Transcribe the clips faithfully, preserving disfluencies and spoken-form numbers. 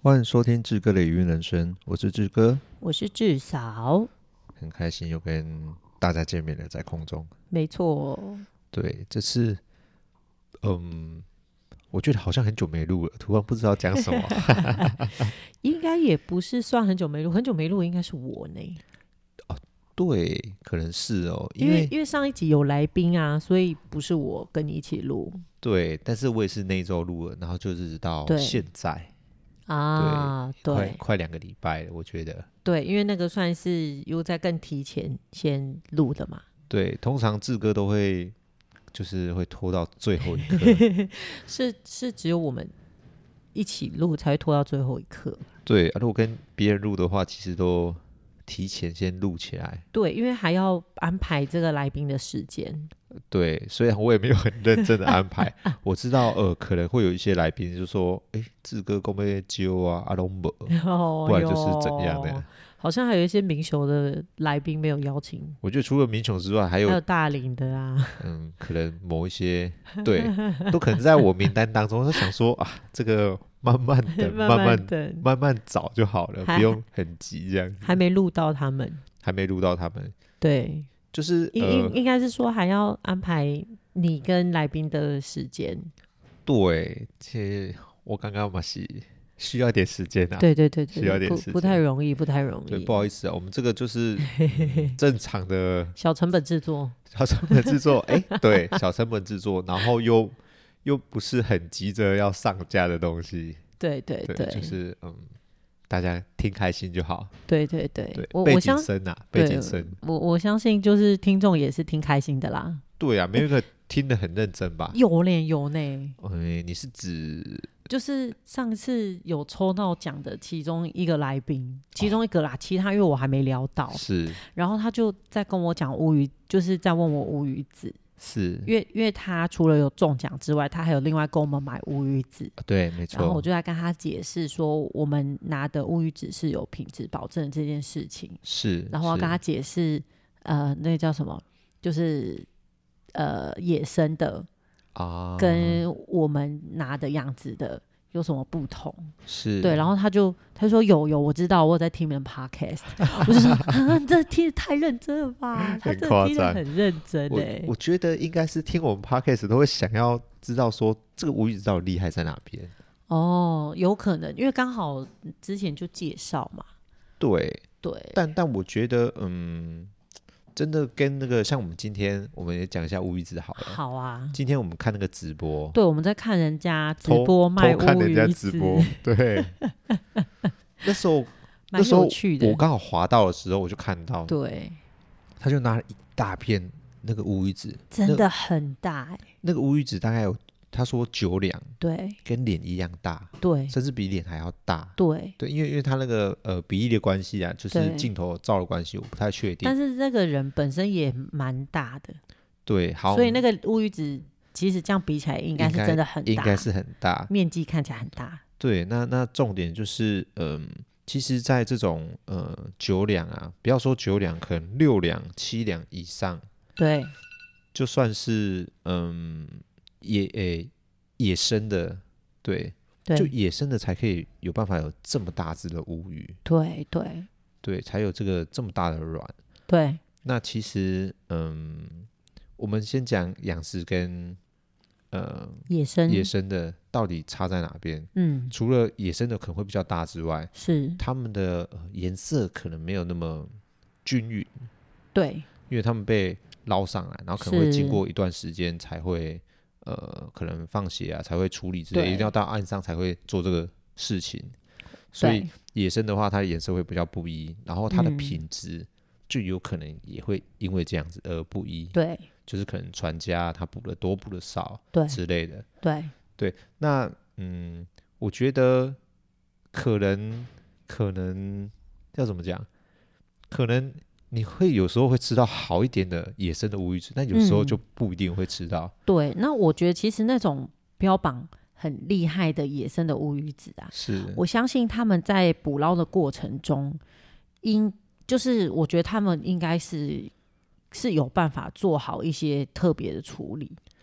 欢迎收听志哥的语音人生，我是志哥， 我是志嫂， 很开心又跟大家见面了，在空中。 没错， 对，这次，嗯，我觉得好像很久没录了，突然不知道讲什么。 应该也不是算很久没录，很久没录应该是我呢。 哦，对，可能是哦， 因为因为上一集有来宾啊，所以不是我跟你一起录。 对，但是我也是那一周录了，然后就一直到现在。 啊，对， 快快两个礼拜了，我觉得。 对，因为那个算是又在更提前先录的嘛。 对，通常志哥都会就是会拖到最后一刻。 是是只有我们一起录才会拖到最后一刻。 对，如果跟别人录的话，其实都提前先录起来。 对，因为还要安排这个来宾的时间。 对，虽然我也没有很认真的安排，我知道呃可能会有一些来宾就说，哎，志哥公被揪啊，阿龙没，不然就是怎样的。 好像还有一些民雄的来宾没有邀请。 我觉得除了民雄之外，还有还有大林的啊， 嗯，可能某一些对，都可能在我名单当中。我想说啊，这个慢慢的、慢慢的、慢慢找就好了，不用很急这样子。 还没录到他们， 还没录到他们， 对。 就是应、呃、应该是说还要安排你跟来宾的时间。 对，其实我刚刚嘛是需要点时间啊。 对对对对， 需要点时间， 不, 不太容易，不太容易。 对，不好意思啊，我们这个就是、嗯、正常的小成本制作， 小成本制作，哎，对，小成本制作，然后又又不是很急着要上架的东西。 对对 对, 对， 就是嗯。大家听开心就好。 对对 对, 对，我背景声啊，背景声。 我我相信就是听众也是听开心的啦。 对啊，没有一个听得很认真吧？ 有呢有呢。 哎，你是指就是上次有抽到奖的其中一个来宾，其中一个啦，哦、其他因为我还没聊到。 是。 然后他就在跟我讲乌鱼，就是在问我乌鱼子。 是， 因为因为他除了有中奖之外，他还有另外跟我们买乌鱼子。 对，没错。 然后我就在跟他解释说，我们拿的乌鱼子是有品质保证这件事情。 是。 然后我要跟他解释，呃，那个叫什么，就是呃野生的啊，跟我们拿的样子的有什么不同？ 是。对， 然后他就他说有有，我知道，我有在聽你們 podcast。我就說啊，你這聽得太認真了吧？他真的聽得很認真欸。 我我覺得應該是聽我們 podcast 都會想要知道說這個烏魚子到底厲害在哪邊。 哦，有可能，因為剛好之前就介紹嘛。 對對， 但但我覺得嗯。真的跟那個像我們今天我們也講一下烏魚子好了。 好啊， 今天我們看那個直播。 對，我們在看人家直播賣烏魚子， 偷看人家直播。對。那時候那時候我剛好滑到的時候我就看到， 對， 他就拿了一大片那個烏魚子， 真的很大欸。 那個烏魚子大概有他說九兩， 對， 跟臉一樣大， 對， 甚至比臉還要大， 對對，因為因為他那個呃比例的關係啊，就是鏡頭照的關係，我不太確定。 但是這個人本身也蠻大的， 對，好， 所以那個烏魚子其實這樣比起來，應該是真的很大， 應該是很大， 面積看起來很大。 對，那那重點就是嗯、呃，其實在這種呃九兩啊，不要說九兩，可能六兩、七兩以上， 對， 就算是嗯。野誒野生的，對， 對， 就野生的才可以有辦法有這麼大隻的烏魚， 對對對，才有這個這麼大的卵。 對， 那其實嗯，我們先講養殖跟呃野生野生的到底差在哪邊？ 嗯， 除了野生的可能會比較大之外， 是它們的、呃、顏色可能沒有那麼均勻， 對， 因為他們被撈上來，然後可能會經過一段時間才會。呃，可能放血啊，才會處理之類，一定要到岸上才會做這個事情。所以野生的話，它的顏色會比較不一，然後它的品質就有可能也會因為這樣子而不一。對，就是可能船家他捕的多，捕的少，對之類的。對對，那嗯，我覺得可能可能要怎麼講？可能。你會有時候會吃到好一點的野生的烏魚子，但有時候就不一定會吃到。嗯、對， 那我覺得其實那種標榜很厲害的野生的烏魚子啊，是我相信他們在捕撈的過程中，應就是我覺得他們應該是是有辦法做好一些特別的處理。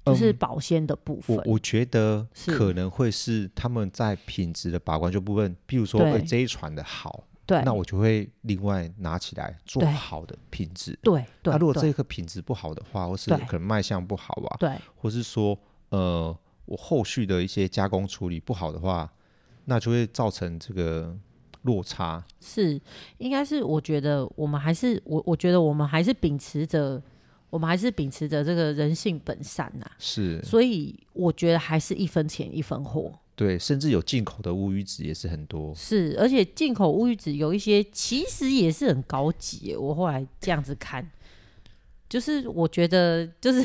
就是保鲜的部分。 嗯、我我觉得可能会是他们在品质的把关这部分，譬如说，哎，这一船的好，对，那我就会另外拿起来做好的品质。对，那、啊、如果这个品质不好的话，或是可能卖相不好啊，对，或是说，呃，我后续的一些加工处理不好的话，那就会造成这个落差。是， 应该是我觉得我们还是我我觉得我们还是秉持着。我们还是秉持着这个人性本善呐、啊，是，所以我觉得还是一分钱一分货。 对，甚至有进口的乌鱼子也是很多。 是，而且进口乌鱼子有一些其实也是很高级耶。我后来这样子看，就是我觉得就是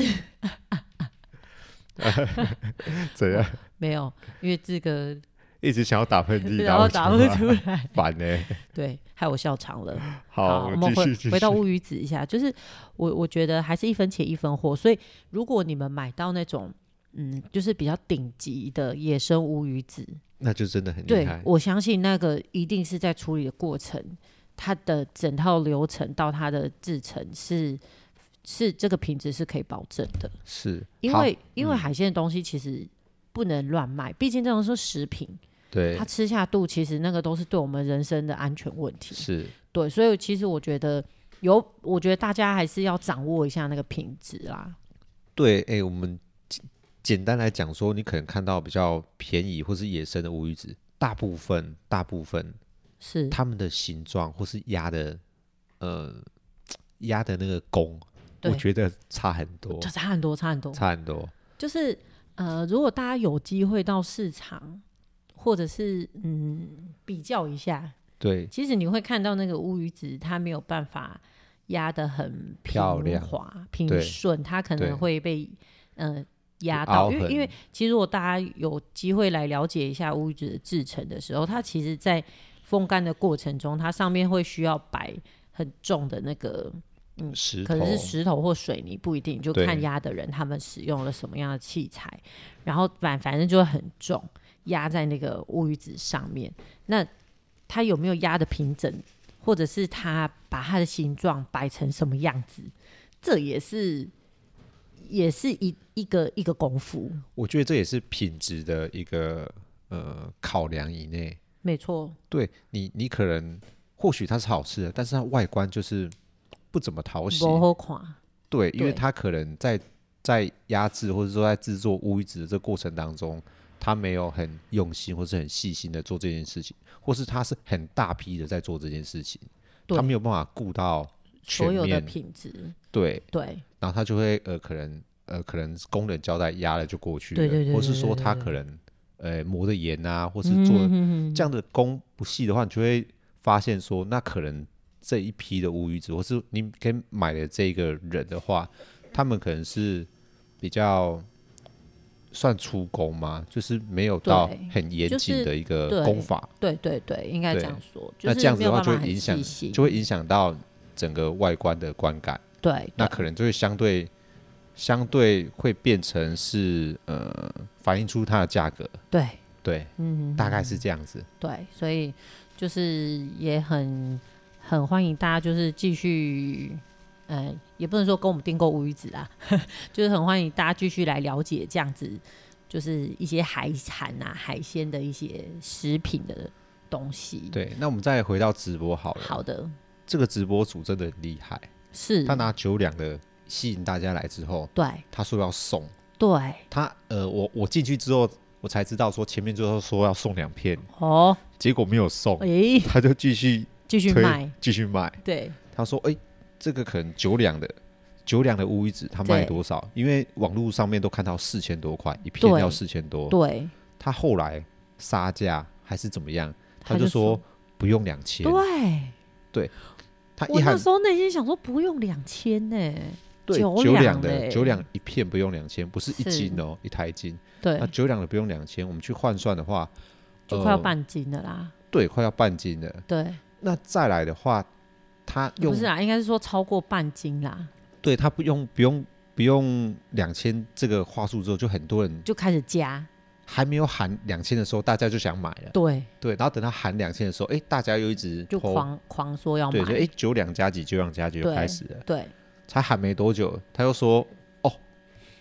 怎样？ 没有，因为这个。 一直想要打喷嚏， 然后打不出来， 烦呢、欸。 对，害我笑场了。 好， 好我们回回到乌鱼子一下，就是我我觉得还是一分钱一分货，所以如果你们买到那种嗯，就是比较顶级的野生乌鱼子， 那就真的很厉害。 对，我相信那个一定是在处理的过程，它的整套流程到它的制成是是这个品质是可以保证的。是，因为因为海鲜的东西其实不能乱卖，毕竟这种是食品。对，它吃下肚，其实那个都是对我们人生的安全问题。是，对，所以其实我觉得有，我觉得大家还是要掌握一下那个品质啦。 对，哎、欸，我们简单来讲说，你可能看到比较便宜或是野生的乌鱼子，大部分大部分是它们的形状或是压的呃压的那个工，我觉得差很多， 就差很多，差很多， 差很多。 就是呃，如果大家有机会到市场。或者是嗯比较一下，对，其实你会看到那个乌鱼子，它没有办法压得很平滑、平顺，它可能会被呃压到，因为因为其实如果大家有机会来了解一下乌鱼子的制成的时候，它其实在风干的过程中，它上面会需要摆很重的那个嗯石头，可能是石头或水泥，不一定，就看压的人他们使用了什么样的器材，然后反反正就会很重。压在那个乌鱼子上面，那它有没有压的平整，或者是它把它的形状摆成什么样子，这也是也是一一个一个功夫。 我觉得这也是品质的一个呃考量以内。 没错， 对你，你可能或许它是好吃的，但是它外观就是不怎么讨喜， 不好看。 对，因为它可能在在压制或者说在制作乌鱼子的这个过程当中。他没有很用心或是很细心的做这件事情，或是他是很大批的在做这件事情，他没有办法顾到全面所有的品质。 对对，然后他就会呃可能呃可能工人交代压了就过去了，对对对对对对对，或是说他可能呃磨的盐啊，或是做的、嗯、这样的工不细的话，你就会发现说，那可能这一批的乌鱼子，或是你可以买的这个人的话，他们可能是比较。算出工吗？就是没有到很严谨的一个工法。 对对 对, 对，应该这样说。就是、 那这样子的话，就会影响，就会影响到整个外观的观感。对，对那可能就会相对相对会变成是呃反映出它的价格。对对，嗯，大概是这样子。 对，所以就是也很很欢迎大家，就是继续。嗯，也不能说跟我们订购乌鱼子啦，就是很欢迎大家继续来了解这样子，就是一些海产啊、海鲜的一些食品的东西。 对，那我们再回到直播好了。 好的， 这个直播主真的很厉害，是他拿九两的吸引大家来之后，对，他说要送，对，他呃，我我进去之后，我才知道说前面最后说要送两片哦，结果没有送，欸、他就继续继续卖， 继续卖，对，他说哎。欸这个可能九两的九两的乌鱼子，它卖多少？因为网络上面都看到四千多块一片，要四千多。对，他后来杀价还是怎么样？他就说不用两千。对，对，他一我那时候内心想说不用两千呢。 对，九两的九两一片不用两千，不是一斤哦，一台斤。对，那九两的不用两千，我们去换算的话， 就快要半斤了啦。 呃、对，快要半斤了。对，那再来的话。他用不是啊，应该是说超过半斤啦。 对，他不用不用不用两千这个话术之后，就很多人就开始加， 还没有喊两千的时候，大家就想买了。对对，然后等他喊两千的时候，哎，大家又一直就狂狂说要买， 对，就哎九两加几九两加几就开始了。对，才喊没多久，他又说哦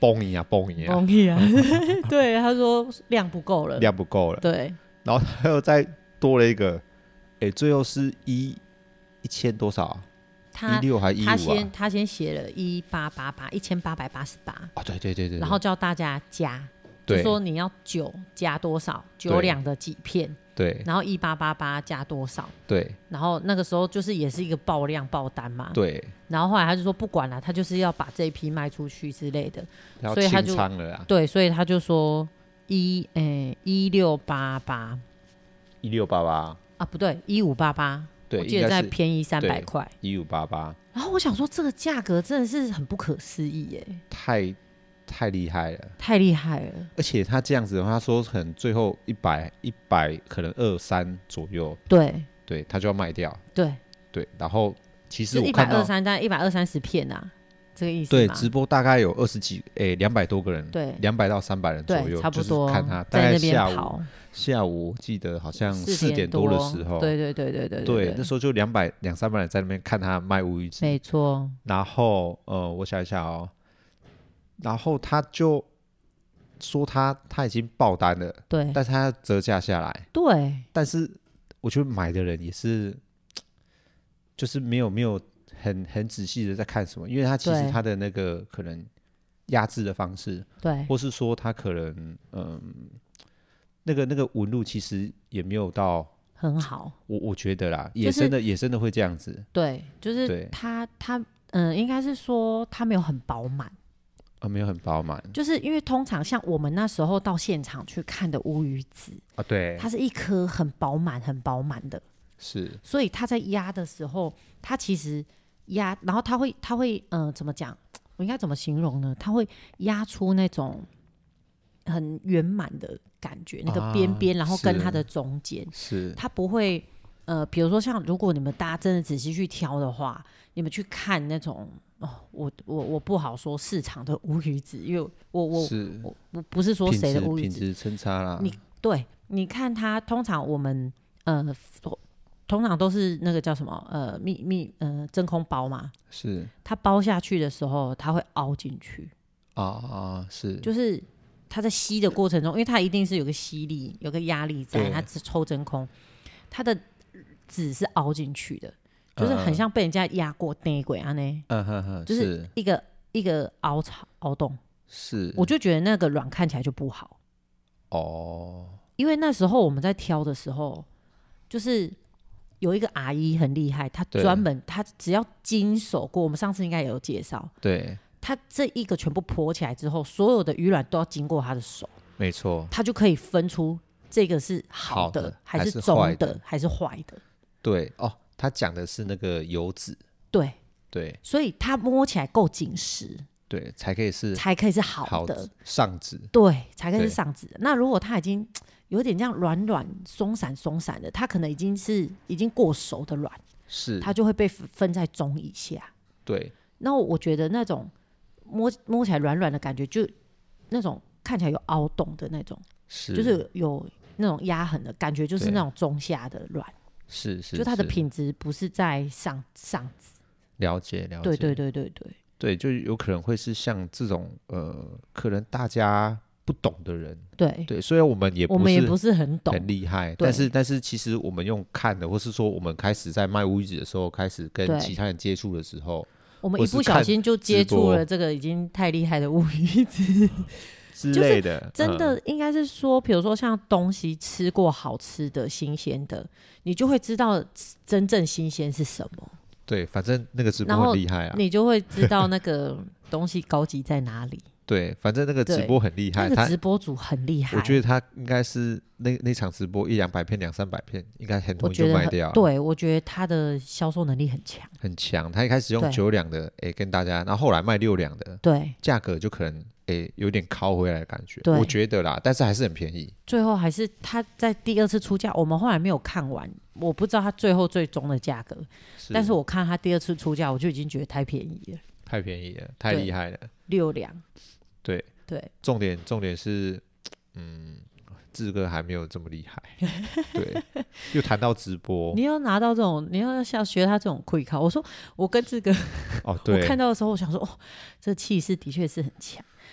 崩一啊崩一啊崩一啊，对，他说量不够了， 量不够了， 对， 然后他又再多了一个，哎、欸，最后是一一千多少啊？一六还一五啊？ 他先他先写了一八八八，一千八百八十八啊， 对对对 对, 对， 然后叫大家加，就说你要酒加多少，酒两的几片。 对， 然后一八八八加多少？ 对， 然后那个时候就是也是一个爆量爆单嘛。 对， 然后后来他就说不管了，他就是要把这一批卖出去之类的， 所以他就了啦。 对，所以他就说一诶一六八八， 一六八八啊，不对，一五八八，我记得再便宜三百块， 一五八八。 然后我想说这个价格真的是很不可思议耶， 太。太厉害了， 太厉害了！ 而且他这样子的话，他说可能最后一百一百可能二三左右， 对对，他就要卖掉， 对对。然后其实我看到一百二三，但一百二三十片啊，这个意思对，直播大概有二十几，哎，两百多个人， 对， 两百到三百人左右， 差不多。 就是看他大概下午下午记得好像四点多的时候， 对对对对对对，那时候就两百两三百人在那边看他卖乌鱼子， 没错。 然后呃，我想一下哦。然后他就说他他已经爆单了， 对， 但是他要折价下来， 对， 但是我觉得买的人也是，就是没有没有很很仔细的在看什么，因为他其实他的那个可能压制的方式， 对， 或是说他可能嗯那个那个纹路其实也没有到很好， 我我觉得啦，野生的、就是、野生的会这样子， 对，就是他他嗯，应该是说他没有很饱满。 啊，没有很饱满， 就是因为通常像我们那时候到现场去看的乌鱼子啊，对， 它是一颗很饱满、很饱满的， 是， 所以它在压的时候，它其实压，然后它会，它会，呃，怎么讲？我应该怎么形容呢？它会压出那种很圆满的感觉，那个边边、啊，然后跟它的中间， 是， 它不会，呃，比如说像如果你们大家真的仔细去挑的话，你们去看那种。哦，我我我不好说市场的乌鱼子，因为我我我我不是说谁的乌鱼子， 品质参差啦。 你对，你看它通常我们呃通常都是那个叫什么呃密密呃真空包嘛， 是它包下去的时候，它会凹进去啊啊，是就是它在吸的过程中，因为它一定是有个吸力，有个压力在，它抽真空，它的籽是凹进去的。就是很像被人家压过、捏过啊呢， 嗯哼哼， 就是一个一个凹槽、凹洞， 是， 我就觉得那个卵看起来就不好哦。 因为那时候我们在挑的时候，就是有一个阿姨很厉害，她专门她只要经手过，我们上次应该也有介绍， 对， 她这一个全部剖起来之后，所有的鱼卵都要经过她的手， 没错， 她就可以分出这个是好的, 好的还是中的还是坏的， 对哦。他讲的是那个油脂， 对对， 所以它摸起来够紧实， 对，才可以是才可以是好的上脂， 对，才可以是上脂。那如果它已经有点这样软软松散松散的，它可能已经是已经过熟的卵， 是它就会被分在中以下。 对， 那我觉得那种摸摸起来软软的感觉，就那种看起来有凹洞的那种， 是就是有那种压痕的感觉，就是那种中下的卵。 是是， 就它的品质不是在上上脂， 了解了解， 对对对对对对，就有可能会是像这种呃，可能大家不懂的人， 对对，虽然我们也不是我们也不是很懂很厉害，但是但是其实我们用看的，或是说我们开始在卖乌鱼子的时候，开始跟其他人接触的时候， 我们一不小心就接触了这个已经太厉害的乌鱼子。 之类的， 就是、真的应该是说，比如说像东西吃过好吃的、新鲜的，你就会知道真正新鲜是什么。 对，反正那个直播很厉害啊， 你就会知道那个东西高级在哪里。 对，反正那个直播很厉害， 那个直播主很厉害。 我觉得他应该是那那场直播一两百片、两三百片，应该很容易就卖掉了。 对，我觉得他的销售能力很强， 很强。他一开始用九两的，哎，跟大家，然后后来卖六两的， 对， 价格就可能哎有点靠回来的感觉，我觉得啦，但是还是很便宜。 最后还是他在第二次出价，我们后来没有看完，我不知道他最后最终的价格，是但是我看他第二次出价，我就已经觉得太便宜了， 太便宜了，太厉害了， 六两， 对。 对， 重点重点是，嗯，志哥还没有这么厉害。对，又谈到直播， 你要拿到这种，你要像学他这种quick call。我说我跟志哥， 哦，对， 我看到的时候，我想说，哦，这气势的确是很强。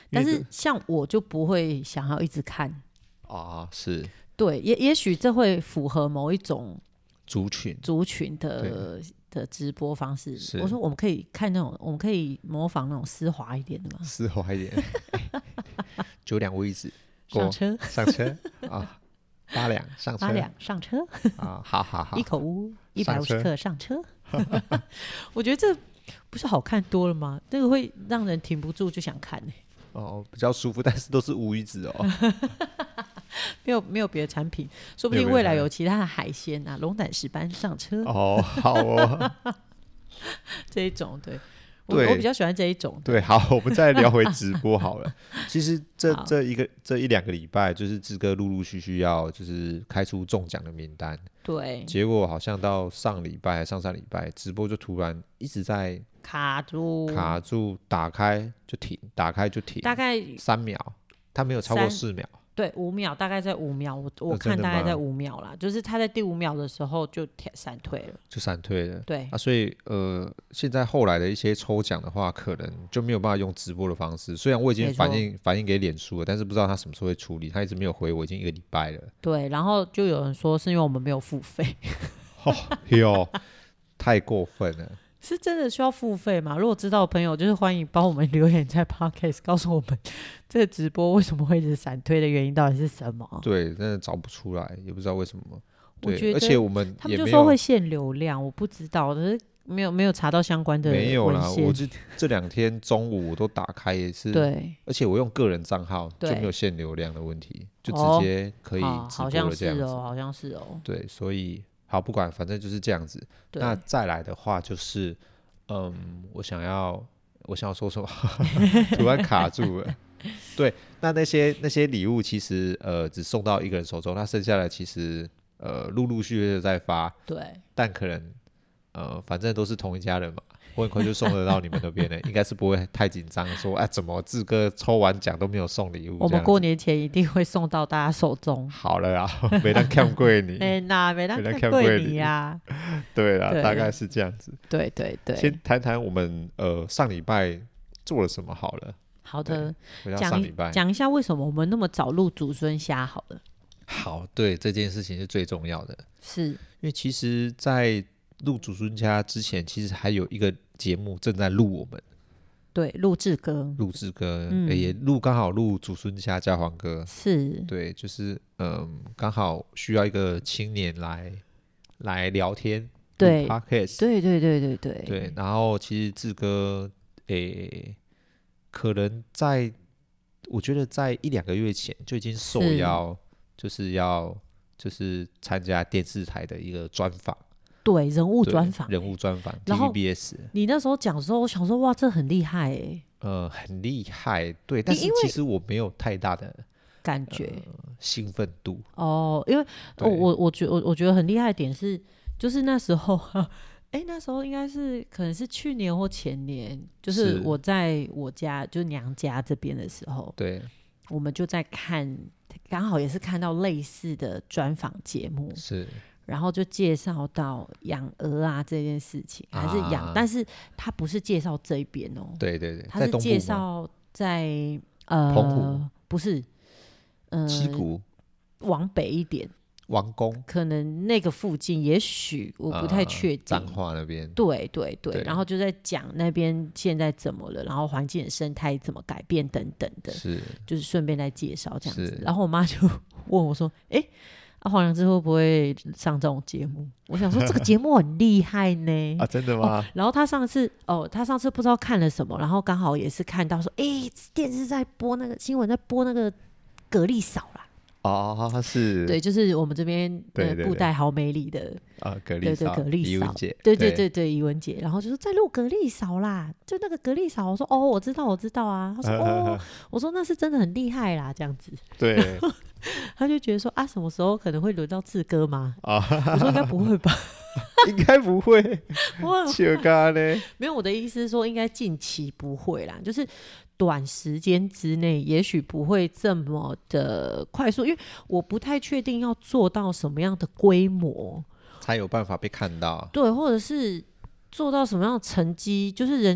但是像我就不会想要一直看啊，是对，也也许这会符合某一种族群族群的的直播方式。我说我们可以看那种，我们可以模仿那种丝滑一点的吗？ 丝滑一点，九两位子上车上车啊，八两上车， 八两上车啊，好好好， 一口屋一百五十克上车。我觉得这不是好看多了吗？这个会让人停不住就想看、欸、 哦，比较舒服，但是都是乌鱼子哦。 没有没有别的产品，说不定未来有其他的海鲜啊，龙胆石斑上车哦，好哦， 这一种对。 对我, 我比较喜欢这一种。 对，好，我们再聊回直播好了。其实这这一个这一两个礼拜，就是志哥陆陆续续要就是开出中奖的名单。 对。 结果好像到上礼拜还上上礼拜，直播就突然一直在卡住， 卡住，打开就停，打开就停， 大概三秒，它没有超过四秒。 对，五秒，大概在五秒，我我看大概在五秒啦，就是他在第五秒的时候就闪退了， 就闪退了。 对啊，所以呃，现在后来的一些抽奖的话，可能就没有办法用直播的方式。虽然我已经反映反映给脸书了，但是不知道他什么时候会处理，他一直没有回我，已经一个礼拜了。 对，然后就有人说是因为我们没有付费， 哦哟，太过分了。 是真的需要付费吗？如果知道的朋友，就是欢迎帮我们留言在 Podcast 告诉我们这个直播为什么会一直闪退的原因到底是什么。 对，真的找不出来，也不知道为什么。对， 我觉得而且我们他们就说会限流量，我不知道，可是没有没有查到相关的文献。 没有啦，我这这两天中午我都打开也是， 对， 而且我用个人账号就没有限流量的问题，就直接可以直播了这样子。 哦，好像是哦，好像是哦。 对，所以好不管，反正就是这样子。那再来的话就是，嗯，我想要我想要说什么，突然卡住了。对，那那些那些礼物其实呃只送到一个人手中，那剩下的其实呃陆陆续续的在发， 对， 但可能呃反正都是同一家人嘛，我很快就送得到你们那边的，应该是不会太紧张，说哎怎么志哥抽完奖都没有送礼物， 我们过年前一定会送到大家手中。 好了啦，没人看过你， 哎那没人看过你呀， 对啦，大概是这样子。 对对对， 先谈谈我们呃上礼拜做了什么好了。 好的， 讲讲一下为什么我们那么早录祖孙虾好了。 好，对，这件事情是最重要的， 是因为其实在录祖孙虾之前，其实还有一个节目正在录我们， 对，录志哥， 录志哥、嗯欸、也录刚好录祖孙虾加黄哥， 是， 对，就是嗯，刚好需要一个青年来来聊天， 对 ，Podcast， 对对对对对对，然后其实志哥诶。欸可能在我觉得在一两个月前就已经受邀，就是要就是参加电视台的一个专访， 对，人物专访， 人物专访 T V B S。 你那时候讲的时候，我想说哇，这很厉害哎， 呃，很厉害，对，但是其实我没有太大的感觉、 呃、兴奋度哦，因为我我我觉我我觉得很厉害的点是，就是那时候。哎，那时候应该是可能是去年或前年，就是我在我家就娘家这边的时候， 对， 我们就在看，刚好也是看到类似的专访节目， 是， 然后就介绍到养鹅啊这件事情，还是养、啊，但是他不是介绍这一边哦， 对对对， 他是介绍在呃澎湖， 不是，呃， 七股往北一点。 王宫可能那个附近，也许我不太确定。 彰化那边， 对对 对, 对， 然后就在讲那边现在怎么了，然后环境的生态怎么改变等等的， 是， 就是顺便来介绍这样子。然后我妈就问我说：“哎、欸，啊黄良志会不会上这种节目？”我想说这个节目很厉害呢。 啊，真的吗？ 哦、然后他上次哦，他上次不知道看了什么，然后刚好也是看到说，哎、欸，电视在播那个新闻，在播那个蛤蜊嫂啦。 哦，是， 对，就是我们这边呃布袋好美里的啊，蛤蜊嫂， 对对， 怡文姐， 对对对对，怡文姐，然后就说在录蛤蜊嫂啦，就那个蛤蜊嫂，我说哦，我知道，我知道啊，他说哦，我说那是真的很厉害啦，这样子， 对， 他就觉得说啊，什么时候可能会轮到志哥吗？啊，我说应该不会吧。 应该不会，切咖呢？ 没有，我的意思是说，应该近期不会啦，就是短时间之内，也许不会这么的快速，因为我不太确定要做到什么样的规模才有办法被看到， 对，或者是做到什么样的成绩，就是人家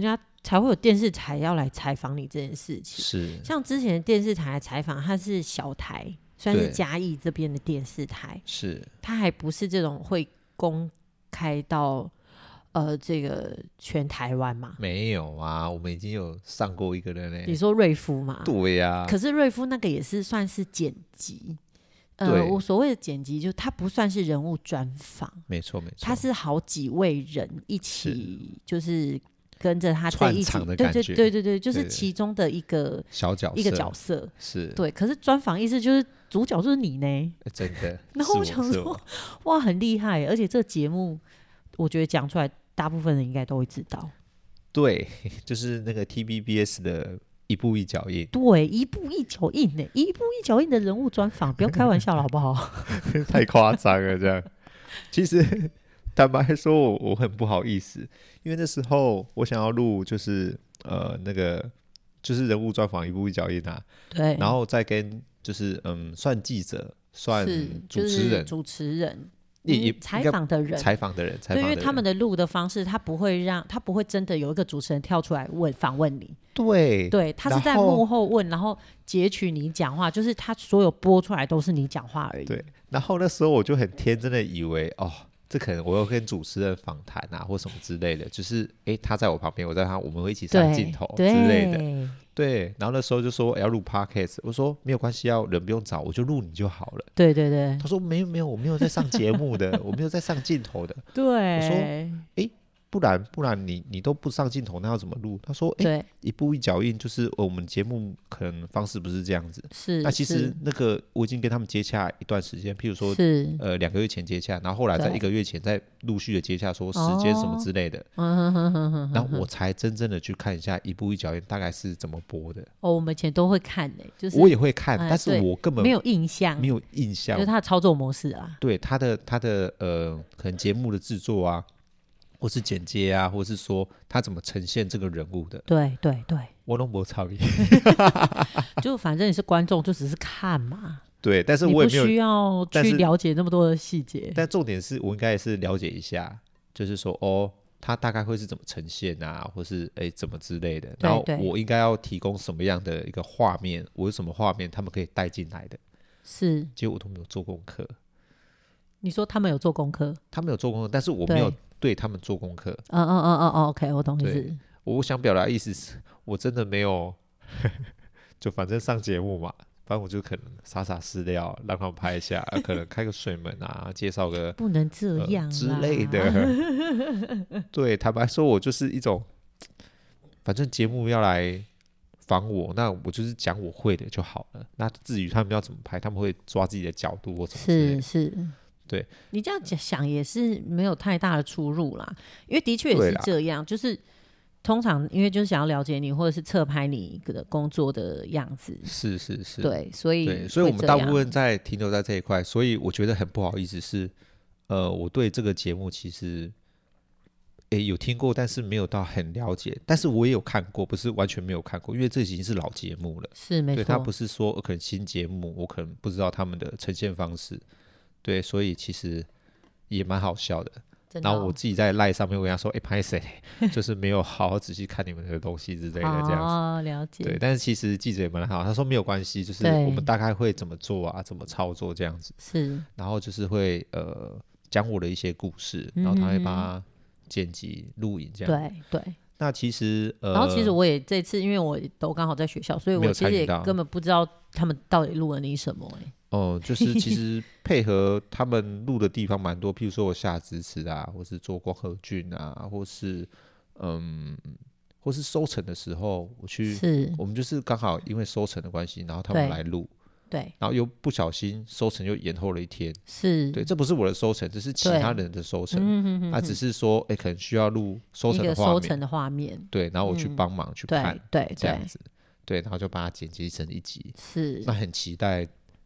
才会有电视台要来采访你这件事情。 是， 像之前电视台采访，它是小台，算是嘉义这边的电视台， 是， 它还不是这种会公开到呃这个全台湾嘛？ 没有啊，我们已经有上过一个人嘞。 你说瑞夫嘛？ 对呀、啊。 可是瑞夫那个也是算是剪辑。呃，我所谓的剪辑，就它不算是人物专访， 没错没错， 它是好几位人一起，就是跟着他在一起， 串场的感觉， 对对对对对，就是其中的一个小角色， 一个角色， 是对。可是专访意思就是主角就是你呢， 欸、真的。 然后我想说，哇，很厉害，而且这节目我觉得讲出来，大部分人应该都会知道。 对，就是那个 T V B S 的。一步一脚印， 对，一步一脚印呢，一步一脚印的人物专访，不要开玩笑了，好不好？ 太夸张了，这样。其实坦白说我，我很不好意思，因为那时候我想要录，就是呃那个就是人物专访，一步一脚印啊， 对， 然后再跟就是嗯算记者，算主持人， 就是、主持人。 也采访的人， 采访的人， 对，因为他们的录的方式，他不会让他不会真的有一个主持人跳出来问访问你， 对， 对，他是在幕后问，然后截取你讲话，就是他所有播出来都是你讲话而已。 对，然后那时候我就很天真的以为，哦，这可能我要跟主持人访谈啊，或什么之类的，就是哎，他在我旁边，我在他，我们会一起上镜头之类的。对，然后那时候就说要录 podcast， 我说没有关系，要人不用找，我就录你就好了。 对对对， 他说没有没有，我没有在上节目的，我没有在上镜头的。 对， 我说哎，不然不然你你都不上镜头，那要怎么录？他说哎，一步一脚印，就是我们节目可能方式不是这样子。 是， 那其实那个我已经跟他们接洽一段时间，譬如说呃两个月前接洽，然后后来在一个月前再陆续的接洽说时间什么之类的， 哦、 然后我才真正的去看一下一步一脚印大概是怎么播的。 哦，我们以前都会看呢、欸，就是我也会看， 呃、 但是我根本没有印象， 没有印象， 就是他的操作模式啊， 对他的他的呃可能节目的制作啊。或是剪接啊，或是说他怎么呈现这个人物的， 对对对， 我都没参与， 就反正你是观众，就只是看嘛。 对，但是我也没有你不需要去了解那么多的细节。 但重点是我应该也是了解一下，就是说哦，他大概会是怎么呈现啊，或是哎怎么之类的。然后我应该要提供什么样的一个画面，我有什么画面他们可以带进来的。 是， 结果我都没有做功课。 你说他们有做功课？他们有做功课，但是我没有对他们做功课。 嗯嗯嗯嗯 ，OK， 我懂意思。 我想表达的意思是我真的没有，就反正上节目嘛，反正我就可能撒撒饲料，让他们拍一下，啊、可能开个水门啊，介绍个不能这样、呃、 之类的。对，坦白说，我就是一种，反正节目要来访我，那我就是讲我会的就好了。那至于他们要怎么拍，他们会抓自己的角度或什么之类的。 是是。 对， 你这样想也是没有太大的出入啦，因为的确也是这样，就是通常因为就是想要了解你，或者是侧拍你的工作的样子， 是是是， 对，所以对，所以我们大部分在停留在这一块，所以我觉得很不好意思是，呃，我对这个节目其实，诶有听过，但是没有到很了解，但是我也有看过，不是完全没有看过，因为这已经是老节目了， 是没错， 对，它不是说可能新节目，我可能不知道他们的呈现方式。对，所以其实也蛮好笑的。 的哦、 然后我自己在 LINE 上面我跟他说：“哎、欸，拍谁？就是没有好好仔细看你们的东西之类的，这样子。 哦”了解。 对，但是其实记者也蛮好，他说没有关系，就是我们大概会怎么做啊，怎么操作这样子。 是。 然后就是会呃讲我的一些故事，然后他会把它剪辑录影这样。 对对。 那其实呃， 然后其实我也这次因为我都刚好在学校，所以我其实也根本不知道他们到底录了你什么哎、欸。 哦、呃，就是其实配合他们录的地方蛮多，譬如说我下支持啊，或是做光合菌啊，或是嗯，或是收成的时候，我去， 是我们就是刚好因为收成的关系，然后他们来录， 对， 然后又不小心收成又延后了一天， 是对，这不是我的收成，这是其他人的收成，嗯他只是说，哎、欸，可能需要录收成的画面， 收成的画面， 对，然后我去帮忙、嗯、去看， 对对， 这样子。对，然后就把它剪辑成一集， 是， 那很期待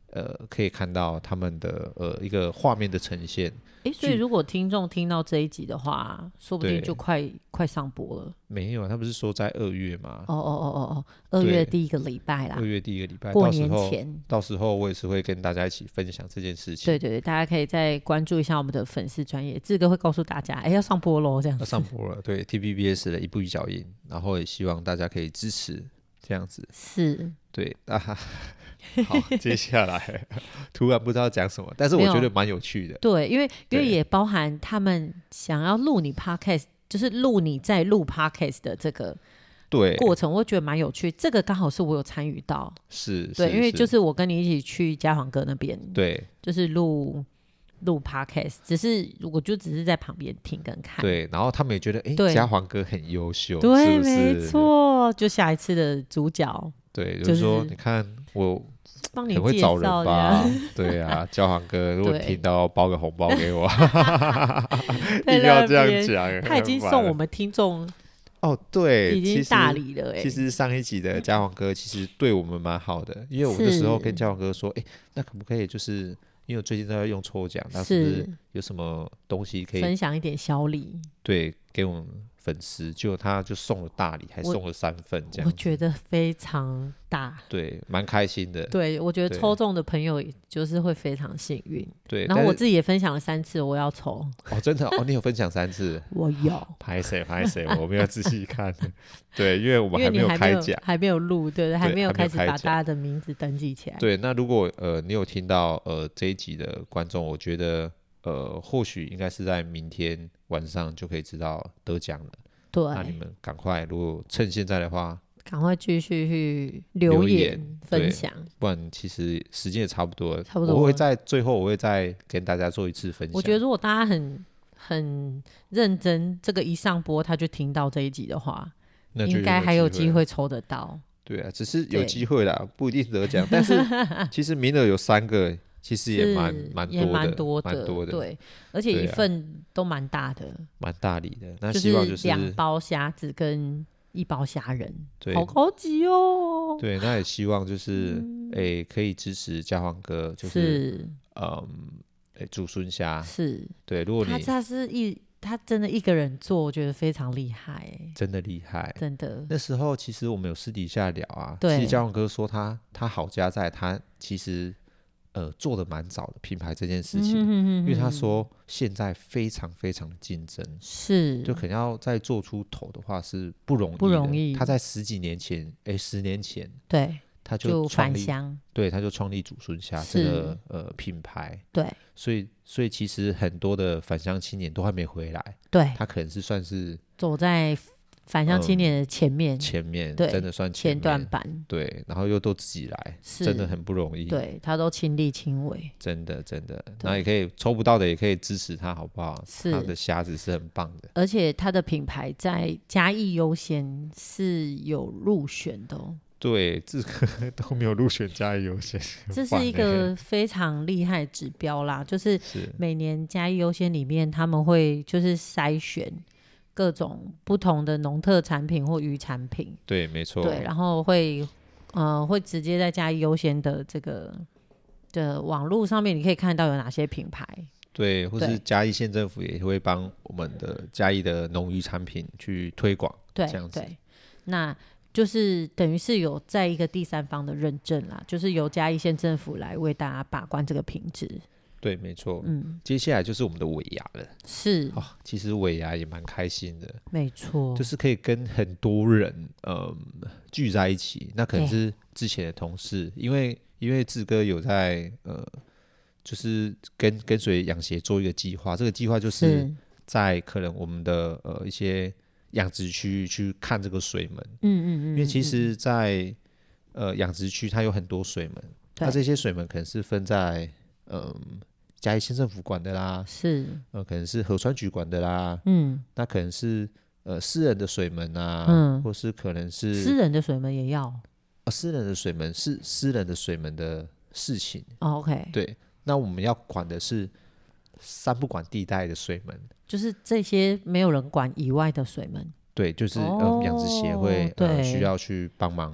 呃可以看到他们的呃一个画面的呈现。 哎，所以如果听众听到这一集的话，说不定就快快上播了。 没有，他不是说在二月吗？ 哦哦哦哦哦，二月第一个礼拜啦。 二月第一个礼拜， 过年前， 到时候我也是会跟大家一起分享这件事情。 对对对，大家可以再关注一下我们的粉丝专页，志哥会告诉大家，哎，要上播喽，这样子。 要上播了，对 T V B S 的一步一脚印，然后也希望大家可以支持，这样子。 是， 对啊。好，接下来突然不知道讲什么，但是我觉得蛮有趣的。 对，因为因为也包含他们想要录你 podcast， 就是录你在录 podcast 的这个对过程，我觉得蛮有趣。这个刚好是我有参与到， 是， 对，因为就是我跟你一起去嘉煌哥那边， 对， 就是录录 podcast， 只是我就只是在旁边听跟看。 对，然后他们也觉得，哎，嘉煌哥很优秀， 对， 是不是？ 没错，就下一次的主角。 对，就是说，你看我很会找人吧？对啊，嘉煌哥，如果听到包个红包给我，一定要这样讲。 他已经送我们听众哦，对， 已经大礼了。哎， 其实上一集的嘉煌哥其实对我们蛮好的，因为我那时候跟嘉煌哥说，哎，那可不可以就是。因为我最近都在用抽奖，那是不是有什么东西可以分享一点小礼？ 对，给我们粉丝，结果他就送了大礼，还送了三份，这样我觉得非常大， 对，蛮开心的。 对，我觉得抽中的朋友就是会非常幸运。 对， 然后我自己也分享了三次，我要抽哦，真的哦，你有分享三次？ 我有， 拍谁拍谁，我没有仔细看。对，因为我们还没有开奖， 还没有录，对对，还没有开始把大家的名字登记起来。 对，那如果呃你有听到呃这一集的观众，我觉得呃或许应该是在明天晚上就可以知道得奖了。对，那你们赶快，如果趁现在的话， 赶快继续去留言分享， 不然其实时间也差不多了。 差不多了， 我会在最后，我会再跟大家做一次分享。 我觉得如果大家很很认真，这个一上播他就听到这一集的话，应该还有机会抽得到。 对啊，只是有机会啦，不一定得奖。但是其实名额有三个。其实也蛮蛮多的， 蛮多的， 蛮多的， 对，而且一份都蛮大的， 蛮、啊、大礼的。那希望就是两包虾子跟一包虾仁，好高级哦。 对，那也希望就是，哎、嗯欸，可以支持嘉煌哥，就是，是嗯，哎、欸，祖孙虾是， 对，如果你他他是一他真的一个人做，我觉得非常厉害， 真的厉害， 真的。 那时候其实我们有私底下聊啊，其实嘉煌哥说他他好家在他其实。呃，做的蛮早的品牌这件事情，嗯、哼哼哼因为他说现在非常非常的竞争， 是就可能要再做出头的话是不容易的， 不容易。 他在十几年前，哎，十年前， 对， 他就返乡， 对，他就创立祖孙虾这个呃品牌， 对， 所以所以其实很多的返乡青年都还没回来， 对， 他可能是算是走在。返乡青年的前面，嗯、 前面真的算前面前段版， 对，然后又都自己来，真的很不容易。 对，他都亲力亲为， 真的真的。那也可以抽不到的，也可以支持他，好不好？ 是他的虾子是很棒的， 而且他的品牌在嘉义优先是有入选的哦。 对，这个都没有入选嘉义优先， 这是一个非常厉害的指标啦。就是每年嘉义优先里面，他们会就是筛选。各种不同的农特产品或渔产品， 对，没错， 对，然后会呃会直接在嘉义优先的这个的网络上面，你可以看到有哪些品牌， 对，或是嘉义县政府也会帮我们的嘉义的农渔产品去推广， 对， 这样子， 对，那就是等于是有在一个第三方的认证啦，就是由嘉义县政府来为大家把关这个品质。 对，没错。嗯，接下来就是我们的尾牙了。 是、 哦、其实尾牙也蛮开心的。 没错， 就是可以跟很多人嗯聚在一起。那可能是之前的同事，因为因为志哥有在呃，就是跟跟随养协做一个计划。这个计划就是在可能我们的呃一些养殖区去看这个水门。嗯嗯嗯。因为其实在，在呃养殖区它有很多水门，那这些水门可能是分在嗯。嘉义县政府管的啦， 是， 呃，可能是河川局管的啦，嗯，那可能是呃私人的水门啊，嗯，或是可能是私人的水门也要， 啊，私人的水门是私人的水门的事情， 哦 ，OK， 对，那我们要管的是三不管地带的水门， 就是这些没有人管以外的水门， 对，就是、哦、呃养殖协会呃需要去帮忙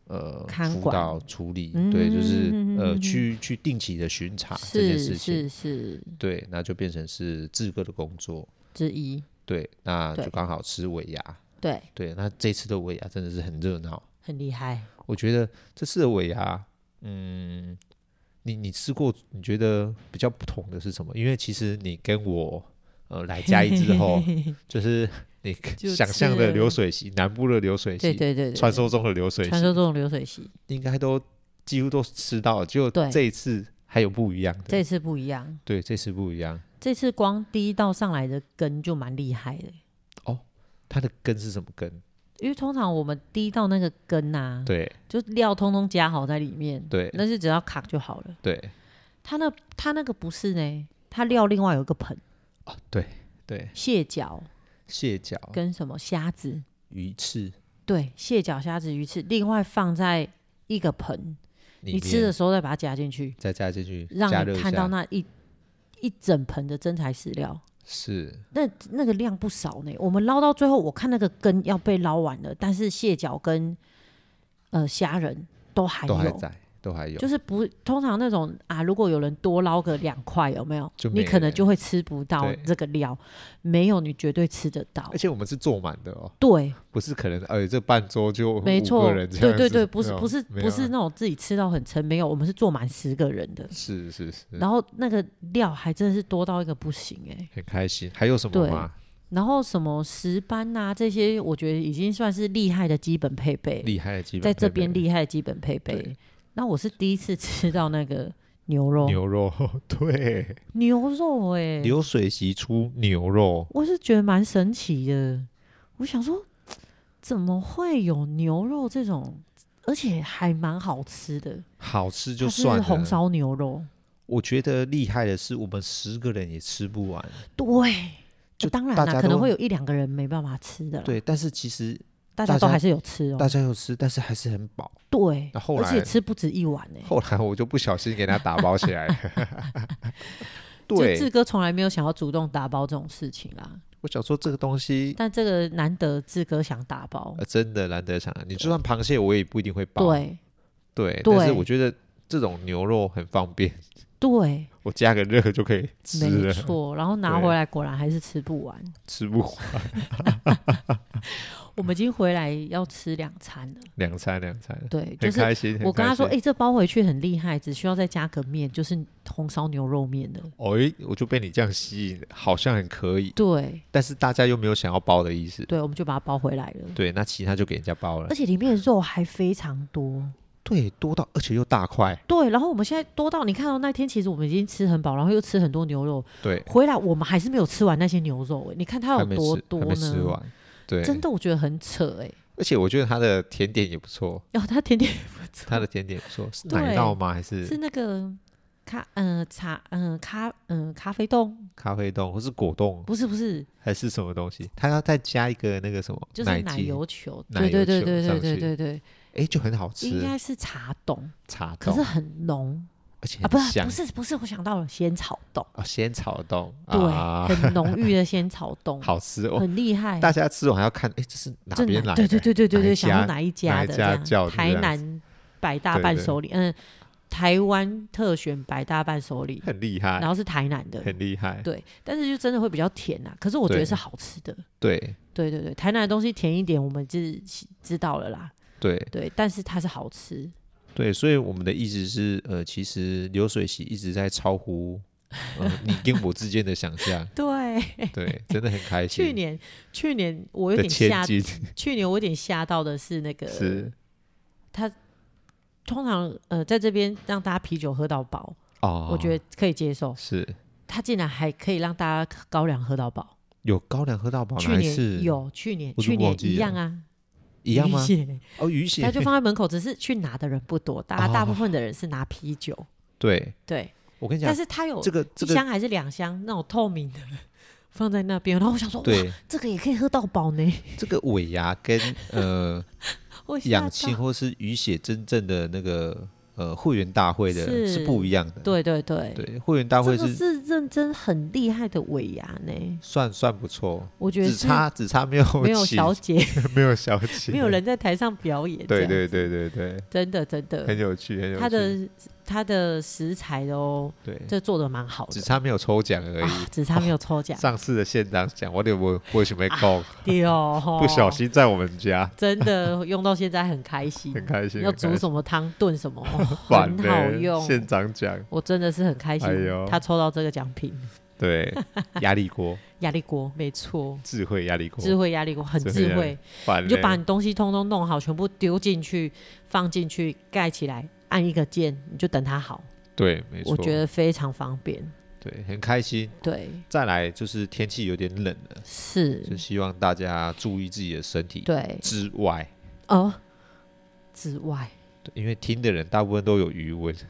呃辅导处理，嗯、对，就是呃去去定期的巡查这件事情， 是是是， 对，那就变成是志哥的工作之一， 对，那就刚好吃尾牙， 对对，那这次的尾牙真的是很热闹， 很厉害。 我觉得这次的尾牙，嗯，你你吃过，你觉得比较不同的是什么？因为其实你跟我呃来嘉义之后，就是你想象的流水席，南部的流水席， 对对 对, 对， 传说中的流水席， 传说中的流水席， 应该都几乎都吃到了，就这一次还有不一样的， 这次不一样， 对，这次不一样， 这次光第一道上来的羹就蛮厉害的。 哦，它的羹是什么羹？ 因为通常我们第一道那个羹啊， 对， 就料通通加好在里面， 对， 那是只要卡就好了。 对， 它那它那个不是呢，它料另外有一个盆， 哦，对对， 蟹脚、 蟹脚跟什么虾子、 鱼翅， 对，蟹脚、虾子、鱼翅，另外放在一个盆，你吃的时候再把它加进去， 再加进去， 让你看到那一一整盆的真材实料。 是， 那那个量不少呢。我们捞到最后，我看那个羹要被捞完了，但是蟹脚跟呃虾仁都还有， 都还在，都还有。 就是不通常那种啊，如果有人多捞个两块，有没有？你可能就会吃不到这个料，没有你绝对吃得到。 而且我们是坐满的哦， 对， 不是可能呃这半桌就没错， 五个人这样子， 对对对，不是不是不是那种自己吃到很撑，没有，我们是坐满十个人的， 是是是。 然后那个料还真的是多到一个不行哎、欸， 很开心。还有什么吗？ 然后什么石斑啊这些，我觉得已经算是厉害的基本配备， 厉害的基本配备在这边厉害的基本配备。那我是第一次吃到那个牛肉， 牛肉对， 牛肉哎、欸， 流水席出牛肉， 我是觉得蛮神奇的。我想说，怎么会有牛肉这种，而且还蛮好吃的？ 好吃就算了， 它是红烧牛肉。 我觉得厉害的是，我们十个人也吃不完。 对。就当然啦，可能会有一两个人没办法吃的啦。 对，但是其实大家都还是有吃哦， 大家有吃，但是还是很饱。 对， 后来而且吃不止一碗呢。 后来我就不小心给他打包起来了。对， 就志哥从来没有想要主动打包这种事情啦。 我想说这个东西， 但这个难得志哥想打包， 呃、真的难得想。你就算螃蟹，我也不一定会包。 对， 对，但是我觉得这种牛肉很方便。 对， 我加个热就可以吃了， 没错。然后拿回来果然还是吃不完， 吃不完。 我们已经回来要吃两餐了， 两餐两餐， 对， 很开心。 就是、我跟他说，哎、欸，这包回去很厉害，只需要再加个面，就是红烧牛肉面的。 哦，哎，我就被你这样吸引，好像很可以。 对， 但是大家又没有想要包的意思。 对，我们就把它包回来了。 对，那其他就给人家包了， 而且里面的肉还非常多。 对，多到而且又大块。 对，然后我们现在多到你看到那天，其实我们已经吃很饱，然后又吃很多牛肉。 对， 回来我们还是没有吃完那些牛肉。你看它有多多呢？ 还没吃完。对， 真的我觉得很扯哎。 而且我觉得它的甜点也不错。 哦，它甜点也不错。 它的甜点不错，是奶酪吗？还是是那个咖嗯、呃、茶嗯、呃、咖嗯、呃、咖啡冻？ 咖啡冻或是果冻？ 不是不是， 还是什么东西？它要再加一个那个什么， 就是奶油球。对对对对对对对对。 哎，就很好吃。 应该是茶冻， 茶冻， 可是很浓， 而且啊，不是不是不是，我想到了仙草冻。 哦，仙草冻， 对， 啊、 很浓郁的仙草冻， 好吃哦， 很厉害。 大家吃完还要看，哎，这是哪边来的？ 对对对对对对，想说哪一家的？ 哪一家台南百大伴手礼，嗯，台湾特选百大伴手礼， 很厉害。 然后是台南的， 很厉害。 对，但是就真的会比较甜啊，可是我觉得是好吃的。 对对对对，台南的东西甜一点，我们就知道了啦。 对对，但是它是好吃。 对，所以我们的意思是，呃，其实流水席一直在超乎、呃、你跟我之间的想象。 对对，真的很开心。 去年，去年我有点吓，去年我有点吓到的是那个，是他通常呃在这边让大家啤酒喝到饱，哦，我觉得可以接受。是，他竟然还可以让大家高粱喝到饱。 有高粱喝到饱？ 去年有，去年去年一样啊。 一样吗？ 鱼血哦，鱼血， 他就放在门口，只是去拿的人不多，大家大部分的人是拿啤酒。哦、 对对， 我跟你讲， 但是他有这个一箱还是两箱那种透明的放在那边，然后我想说，对，这个也可以喝到饱呢。 这个尾牙跟呃养青或是鱼血真正的那个呃会员大会的 是, 是不一样的。 对对对对，会员大会是、 这个、是认真很厉害的尾牙呢， 算算不错。 我觉得只差只差没有没有小姐， 没有小姐， 没有人在台上表演。 对对对对对，真的真的很有趣，很有趣。 他的他的食材都对，这做的蛮好的， 只差没有抽奖而已、啊， 只差没有抽奖、哦。 上次的县长奖我就我我什么讲， 对哦， 不小心在我们家， 真的用到现在很开心， 很开心。 要煮什么汤炖什么，很好用。 县长奖， 我真的是很开心，哎、他抽到这个奖品。 对，压力锅， 压力锅，没错， 智慧压力锅， 智慧压力锅，很智慧。你就把你东西通通弄好，全部丢进去，放进去，盖起来，按一个键，你就等它好。 对，没错， 我觉得非常方便。 对，很开心。 对， 再来就是天气有点冷了， 是， 就希望大家注意自己的身体。 对， 之外， 哦，之外， 对，因为听的人大部分都有余温。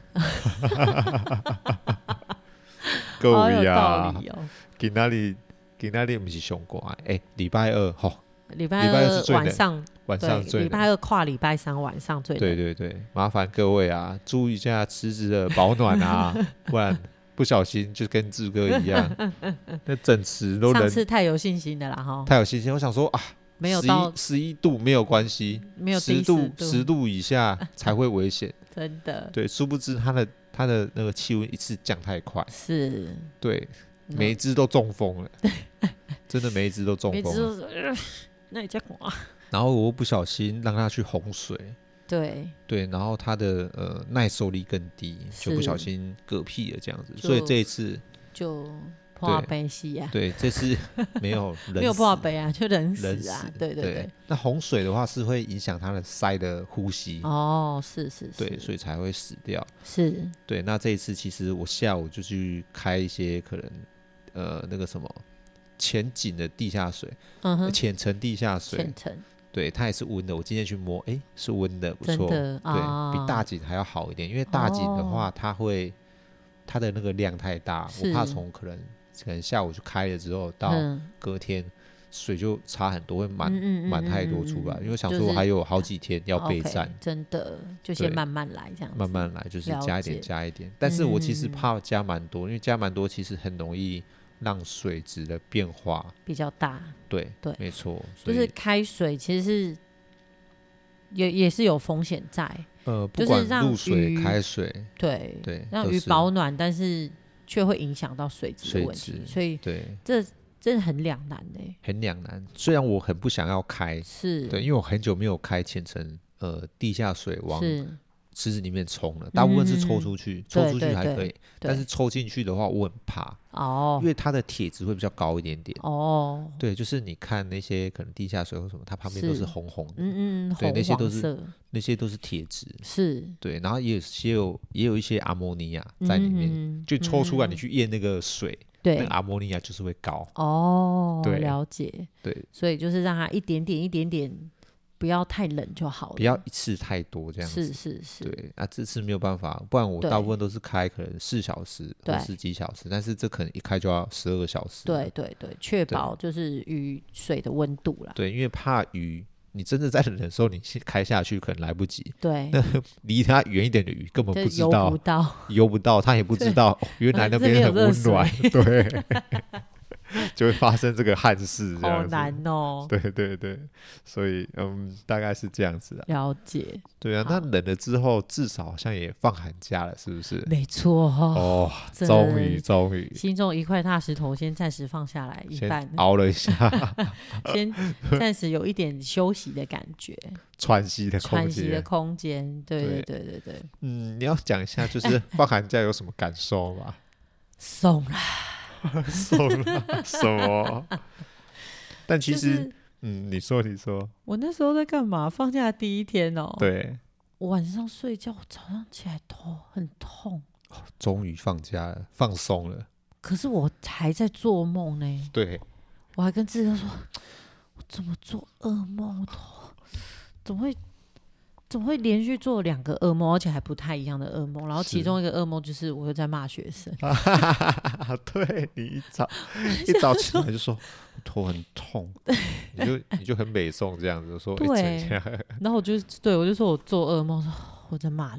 各位啊，今仔日今仔日不是上寒，哎，礼拜二吼， 礼拜二晚上晚上最冷， 礼拜二跨礼拜三晚上最冷。 对对对，麻烦各位啊，注意一下池子的保暖啊，不然不小心就跟志哥一样，那整池都冷。 上次太有信心的啦哈， 太有信心，我想说啊， 没有到十一度没有关系， 没有十度十度以下才会危险， 真的。 对，殊不知它的。它的那个气温一次降太快， 是， 对，每一只都中风了，真的每一只都中风了。 呃、那你叫我， 然后我又不小心让它去洪水， 对对，然后它的呃耐受力更低，就不小心嗝屁了这样子，所以这一次就。破杯戏啊， 对，这次没有人没有破杯啊，就人死啊， 人死对对 对, 对。 那洪水的话是会影响它的鳃的呼吸哦，是是是， 对，所以才会死掉。 是， 对。那这一次其实我下午就去开一些可能呃那个什么浅井的地下水，嗯哼，浅层地下水， 浅层， 对，它也是温的。我今天去摸，哎、欸，是温的，不错，对、哦，比大井还要好一点。因为大井的话，它会它的那个量太大，我怕从可能。可能下午就开了之后，到隔天水就差很多，会满满太多出来。因为想说我还有好几天要备战， 就是 okay, 真的就先慢慢来这样子， 慢慢来，就是加一点加一点。但是我其实怕加蛮多，因为加蛮多其实很容易让水质的变化比较大。 对对， 没错， 就是开水其实是也也是有风险在， 呃，不管入水、开水， 对对， 让鱼保暖，但是。却会影响到水质的问题，所以对这真的很两难呢、欸， 很两难。虽然我很不想要开， 是对，因为我很久没有开浅层呃地下水往池子里面冲了，大部分是抽出去，嗯、抽出去还可以，但是抽进去的话我很怕哦，因为它的铁质会比较高一点点哦。对，就是你看那些可能地下水或什么，它旁边都是红红的，嗯嗯，对，那些都是那些都是铁质， 是， 对，然后也有也有也有一些阿摩尼亚在里面，嗯、就抽出来你去验那个水。对，那个阿摩尼亚就是会高哦，对，了解， 对， 所以就是让它一点点一点点。不要太冷就好了， 不要一次太多这样子。 是是是， 对啊，这次没有办法，不然我大部分都是开可能四小时或十几小时，但是这可能一开就要十二个小时。 对对对，确保就是鱼水的温度啦。 对，因为怕鱼，你真的在冷的时候，你开下去可能来不及。 对， 那离它远一点的鱼根本不知道， 游不到， 游不到，它也不知道、哦、原来那边很温暖。对。就会发生这个憾事，这样子好难哦。 对对对，所以嗯，大概是这样子啊。 了解。 对啊，那冷了之后，至少好像也放寒假了，是不是？ 没错哦，终于终于， 心中一块大石头先暂时放下来一半， 熬了一下， 先暂时有一点休息的感觉， 喘息的空间， 喘息的空间。对对对对对。 嗯，你要讲一下，就是放寒假有什么感受吗？ 松了。 送了什么？但其实、就是，嗯，你说，你说， 我那时候在干嘛？放假第一天哦， 对， 我晚上睡觉，我早上起来头很痛。 哦、终于放假了，放松了。 可是我还在做梦呢。 对， 我还跟志哥说，我怎么做噩梦？怎么会？怎么会连续做两个噩梦，而且还不太一样的噩梦？然后其中一个噩梦就是我又在骂学生。 对，你一早一早起来就说我头很痛，你就你就很美颂这样子说。 对，然后我就对我就说我做噩梦，说我在骂人。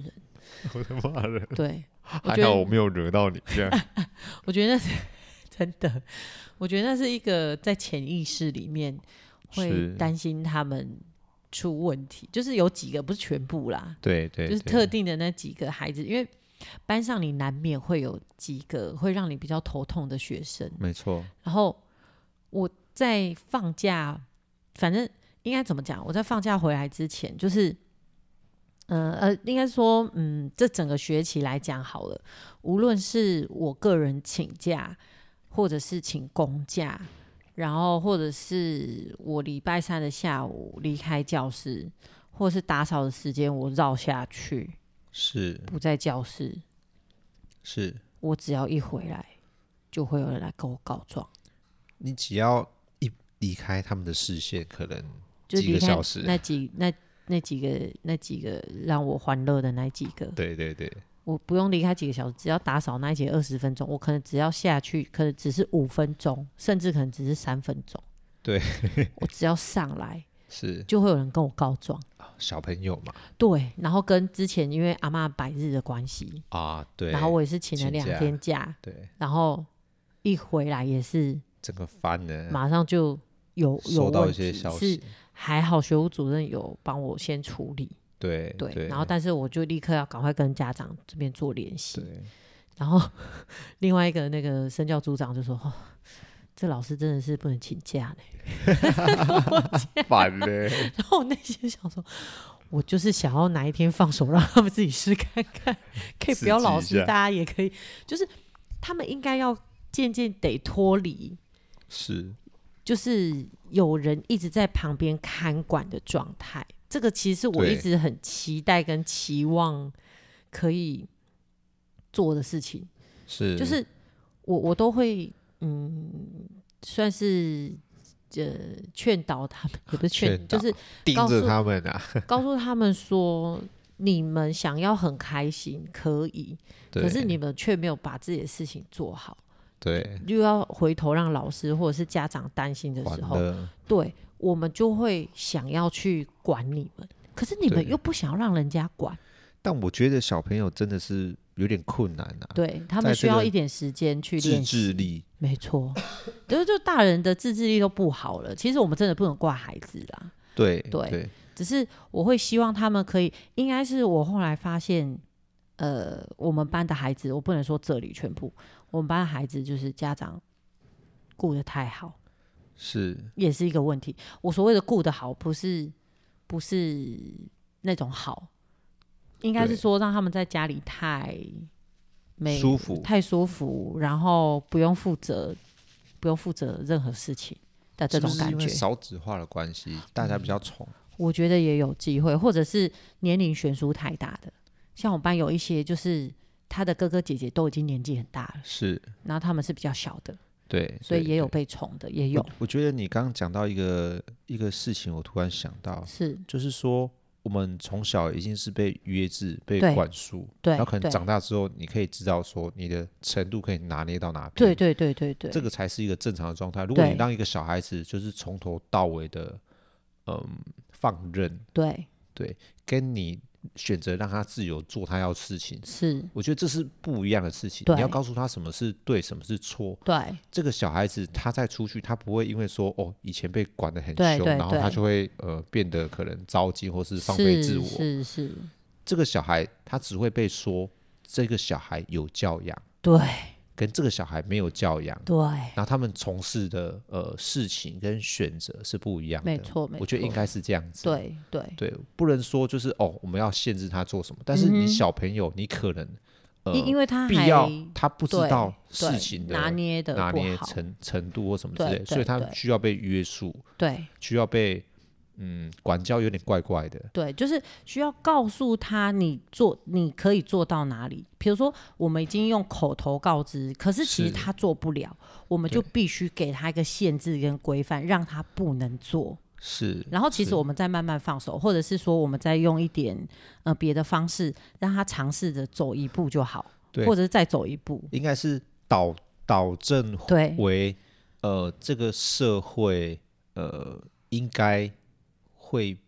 我的骂人， 对， 还好我没有惹到你这样。 我觉得那是真的，我觉得那是一个在潜意识里面会担心他们出问题，就是有几个不是全部啦， 对 对, 对， 就是特定的那几个孩子，因为班上你难免会有几个会让你比较头痛的学生， 没错。 然后我在放假，反正应该怎么讲？我在放假回来之前，就是呃呃，应该说，嗯，这整个学期来讲好了，无论是我个人请假，或者是请公假，然后或者是我礼拜三的下午离开教室，或者是打扫的时间我绕下去， 是不在教室， 是我只要一回来，就会有人来跟我告状。 你只要一离开他们的视线，可能几个小时， 那几那那几个那几个让我欢乐的那几个， 对对对， 我不用离开几个小时，只要打扫那一节二十分钟，我可能只要下去，可能只是五分钟，甚至可能只是三分钟。 对， 我只要上来， 是就会有人跟我告状。 小朋友嘛， 对，然后跟之前因为阿嬷百日的关系啊，对， 然后我也是请了两天假， 对， 然后一回来也是整个翻了， 马上就有收到一些消息， 是还好学务主任有帮我先处理。 对对, 对， 然后但是我就立刻要赶快跟家长这边做联系。 对， 然后另外一个那个生教组长就说：“哦，这老师真的是不能请假呢， 烦嘞。” 然后我内心想说，我就是想要哪一天放手让他们自己试看看，可以不要老师，大家也可以，就是他们应该要渐渐得脱离， 是， 就是有人一直在旁边看管的状态。这个其实我一直很期待跟期望可以做的事情， 是， 就是我我都会嗯，算是呃劝导他们，也不是劝，就是盯着他们啊， 告诉他们说，你们想要很开心可以，可是你们却没有把自己的事情做好， 对， 又要回头让老师或者是家长担心的时候，对。我们就会想要去管你们，可是你们又不想要让人家管。 但我觉得小朋友真的是有点困难啊， 对，他们需要一点时间去练习自制力。 没错，就就大人的自制力都不好了，其实我们真的不能怪孩子啦。 对对, 对， 只是我会希望他们可以，应该是我后来发现，呃，我们班的孩子，我不能说这里全部，我们班的孩子就是家长顾得太好。 是， 也是一个问题。我所谓的顾得好，不是不是那种好，应该是说让他们在家里太没舒服， 太舒服，然后不用负责，不用负责任何事情的这种感觉。是不是因为少子化的关系，大家比较宠、嗯？ 我觉得也有机会，或者是年龄悬殊太大的，像我们班有一些，就是他的哥哥姐姐都已经年纪很大了， 是， 然后他们是比较小的。 对， 所以也有被宠的，也有。 我, 我觉得你刚刚讲到一个一个事情，我突然想到， 是， 就是说我们从小已经是被约制、被管束， 对， 然后可能长大之后，你可以知道说你的程度可以拿捏到哪边， 对对对对对， 这个才是一个正常的状态。如果你让一个小孩子就是从头到尾的，嗯，放任， 对对，跟你选择让他自由做他要的事情， 是， 我觉得这是不一样的事情。你要告诉他什么是对，什么是错。 对， 这个小孩子他再出去，他不会因为说哦以前被管得很凶，然后他就会呃变得可能着急或是放飞自我。 是 是, 是， 这个小孩他只会被说这个小孩有教养， 对， 跟这个小孩没有教养， 对， 然后他们从事的呃事情跟选择是不一样的， 没错，没错， 我觉得应该是这样子， 对对对，不能说就是哦我们要限制他做什么，但是你小朋友你可能、 嗯、呃因为他必要他不知道事情的拿捏的拿捏程程度或什么之类，所以他需要被约束， 对， 需要被嗯，管教有点怪怪的。 对，就是需要告诉他你做你可以做到哪里。比如说，我们已经用口头告知，可是其实他做不了，我们就必须给他一个限制跟规范，让他不能做。 是， 然后其实我们再慢慢放手，或者是说我们再用一点呃别的方式，让他尝试着走一步就好，或者是再走一步。 应该是导导正为呃这个社会呃应该会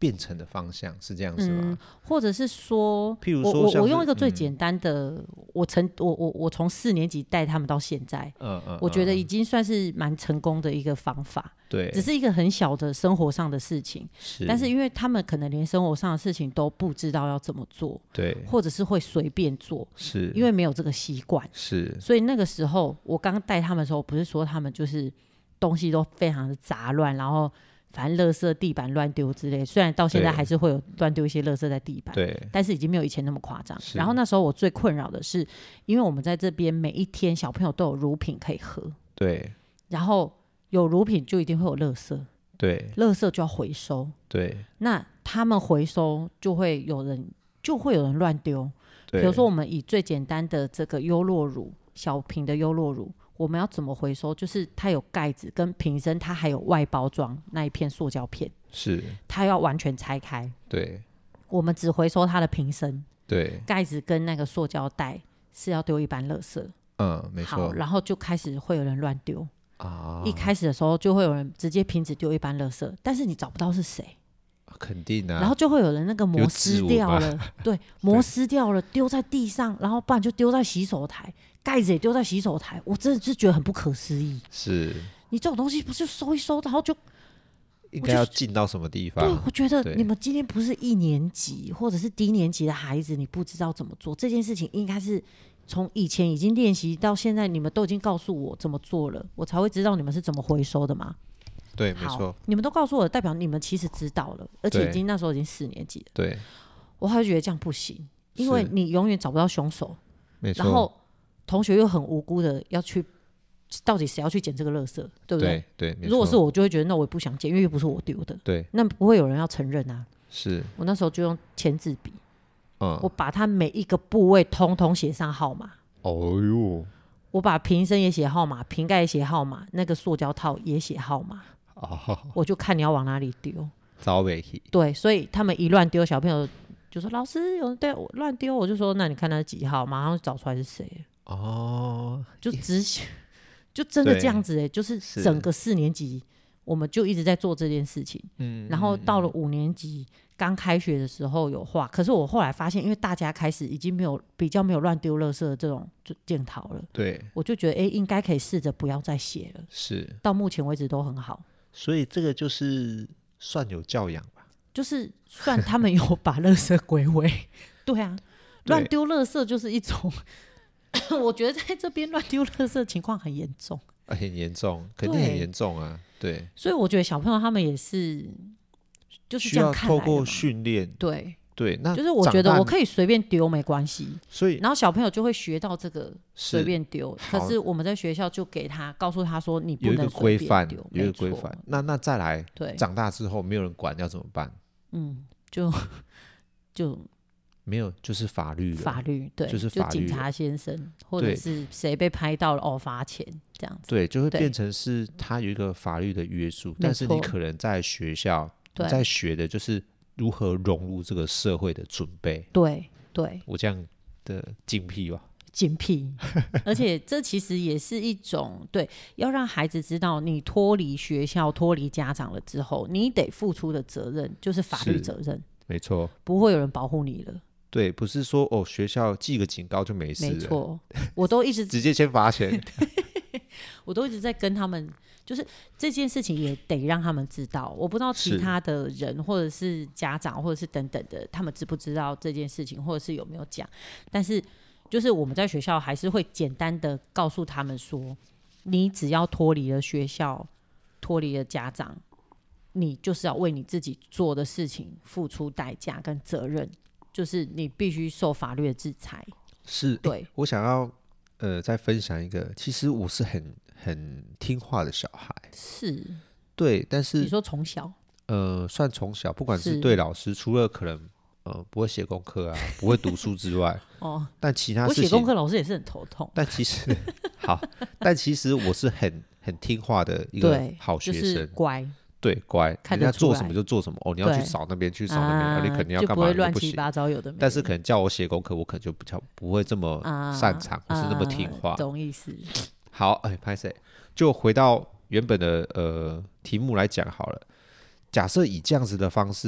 变成的方向，是这样子吗？ 嗯，或者是说， 譬如说我我我用一个最简单的，嗯、我曾我我我从四年级带他们到现在，嗯嗯，我觉得已经算是蛮成功的一个方法。对，只是一个很小的生活上的事情，是但是因为他们可能连生活上的事情都不知道要怎么做，对，或者是会随便做，是因为没有这个习惯，是，所以那个时候我刚带他们的时候，不是说他们就是东西都非常的杂乱，然后反正垃圾地板乱丢之类，虽然到现在还是会有乱丢一些垃圾在地板，对，但是已经没有以前那么夸张。然后那时候我最困扰的是，因为我们在这边每一天小朋友都有乳品可以喝，对，然后有乳品就一定会有垃圾，对，垃圾就要回收，对，那他们回收就会有人就会有人乱丢，比如说我们以最简单的这个优酪乳，小瓶的优酪乳，我们要怎么回收？就是它有盖子跟瓶身，它还有外包装那一片塑胶片，是它要完全拆开，对，我们只回收它的瓶身，对，盖子跟那个塑胶袋是要丢一般垃圾，嗯，没错，然后就开始会有人乱丢。啊、一开始的时候就会有人直接瓶子丢一般垃圾，但是你找不到是谁，肯定啊，然后就会有人那个膜撕掉了，对，膜撕掉了丢在地上，然后不然就丢在洗手台，盖子也丢在洗手台，我真的是觉得很不可思议，是你这种东西不是收一收然后就应该要进到什么地方？ 对，我觉得你们今天不是一年级或者是低年级的孩子，你不知道怎么做这件事情，应该是从以前已经练习到现在，你们都已经告诉我怎么做了，我才会知道你们是怎么回收的嘛。 对，没错， 你们都告诉我，代表你们其实知道了，而且已经那时候已经四年级了。对，我还会觉得这样不行，因为你永远找不到凶手，没错。然后同学又很无辜的要去，到底谁要去捡这个垃圾，对不对？对，对。如果是我，就会觉得那我也不想捡，因为又不是我丢的。对，那不会有人要承认啊。是我那时候就用签字笔。嗯、我把它每一个部位通通写上号码。哦呦！我把瓶身也写号码，瓶盖也写号码，那个塑胶套也写号码。哦、我就看你要往哪里丢。 找不起。 对，所以他们一乱丢，小朋友就说：“老师有人对我乱丢。”我就说：“那你看那是几号？”马上找出来是谁。哦，就只写，就真的这样子哎、欸，就是整个四年级。我们就一直在做这件事情，嗯，然后到了五年级刚开学的时候有画，可是我后来发现，因为大家开始已经没有比较没有乱丢垃圾的这种检讨了，对，我就觉得哎、欸，应该可以试着不要再写了，是，到目前为止都很好， 所以这个就是算有教养吧， 就是算他们有把垃圾归位，对啊，乱丢垃圾就是一种，我觉得在这边乱丢垃圾的情况很严重。 很严重，肯定很严重啊！对， 所以我觉得小朋友他们也是就是这样看来的嘛， 需要透过训练， 对对，那就是我觉得我可以随便丢没关系， 所以然后小朋友就会学到这个随便丢。可是我们在学校就给他告诉他说，你不能随便丢， 有一个规范。那那再来，对，长大之后没有人管要怎么办？ 嗯，就就。 没有，就是法律了， 法律对， 就是法律， 就警察先生或者是谁被拍到了哦，罚钱这样子， 对，就会变成是他有一个法律的约束，但是你可能在学校你在学的就是如何融入这个社会的准备， 对对， 我这样的精辟吧， 精辟，而且这其实也是一种对，要让孩子知道，你脱离学校、脱离家长了之后，你得付出的责任就是法律责任， 没错， 不会有人保护你了。 对，不是说哦，学校记个警告就没事了。 没错，我都一直直接先罚钱。 我都一直在跟他们，就是这件事情也得让他们知道。我不知道其他的人或者是家长或者是等等的，他们知不知道这件事情，或者是有没有讲。但是就是我们在学校还是会简单的告诉他们说，你只要脱离了学校，脱离了家长，你就是要为你自己做的事情付出代价跟责任。就是你必须受法律的制裁。 是， 对， 欸、我想要呃再分享一个，其实我是很很听话的小孩。 是， 对，但是你说从小， 呃，算从小，不管是对老师，除了可能呃不会写功课啊，不会读书之外，哦，但其他事情， 我写功课老师也是很头痛。 但其实好，但其实我是很很听话的一个好学生， 就是、乖。 对，乖，人家做什么就做什么。哦，你要去扫那边，去扫那边，啊、你肯定要干嘛？ 就不会乱七八糟有的没的。 但是可能叫我写功课，我可能就不不会这么擅长，不、啊、是那么听话。 懂意思。 好，哎，拍谁？就回到原本的呃题目来讲好了。假设以这样子的方式，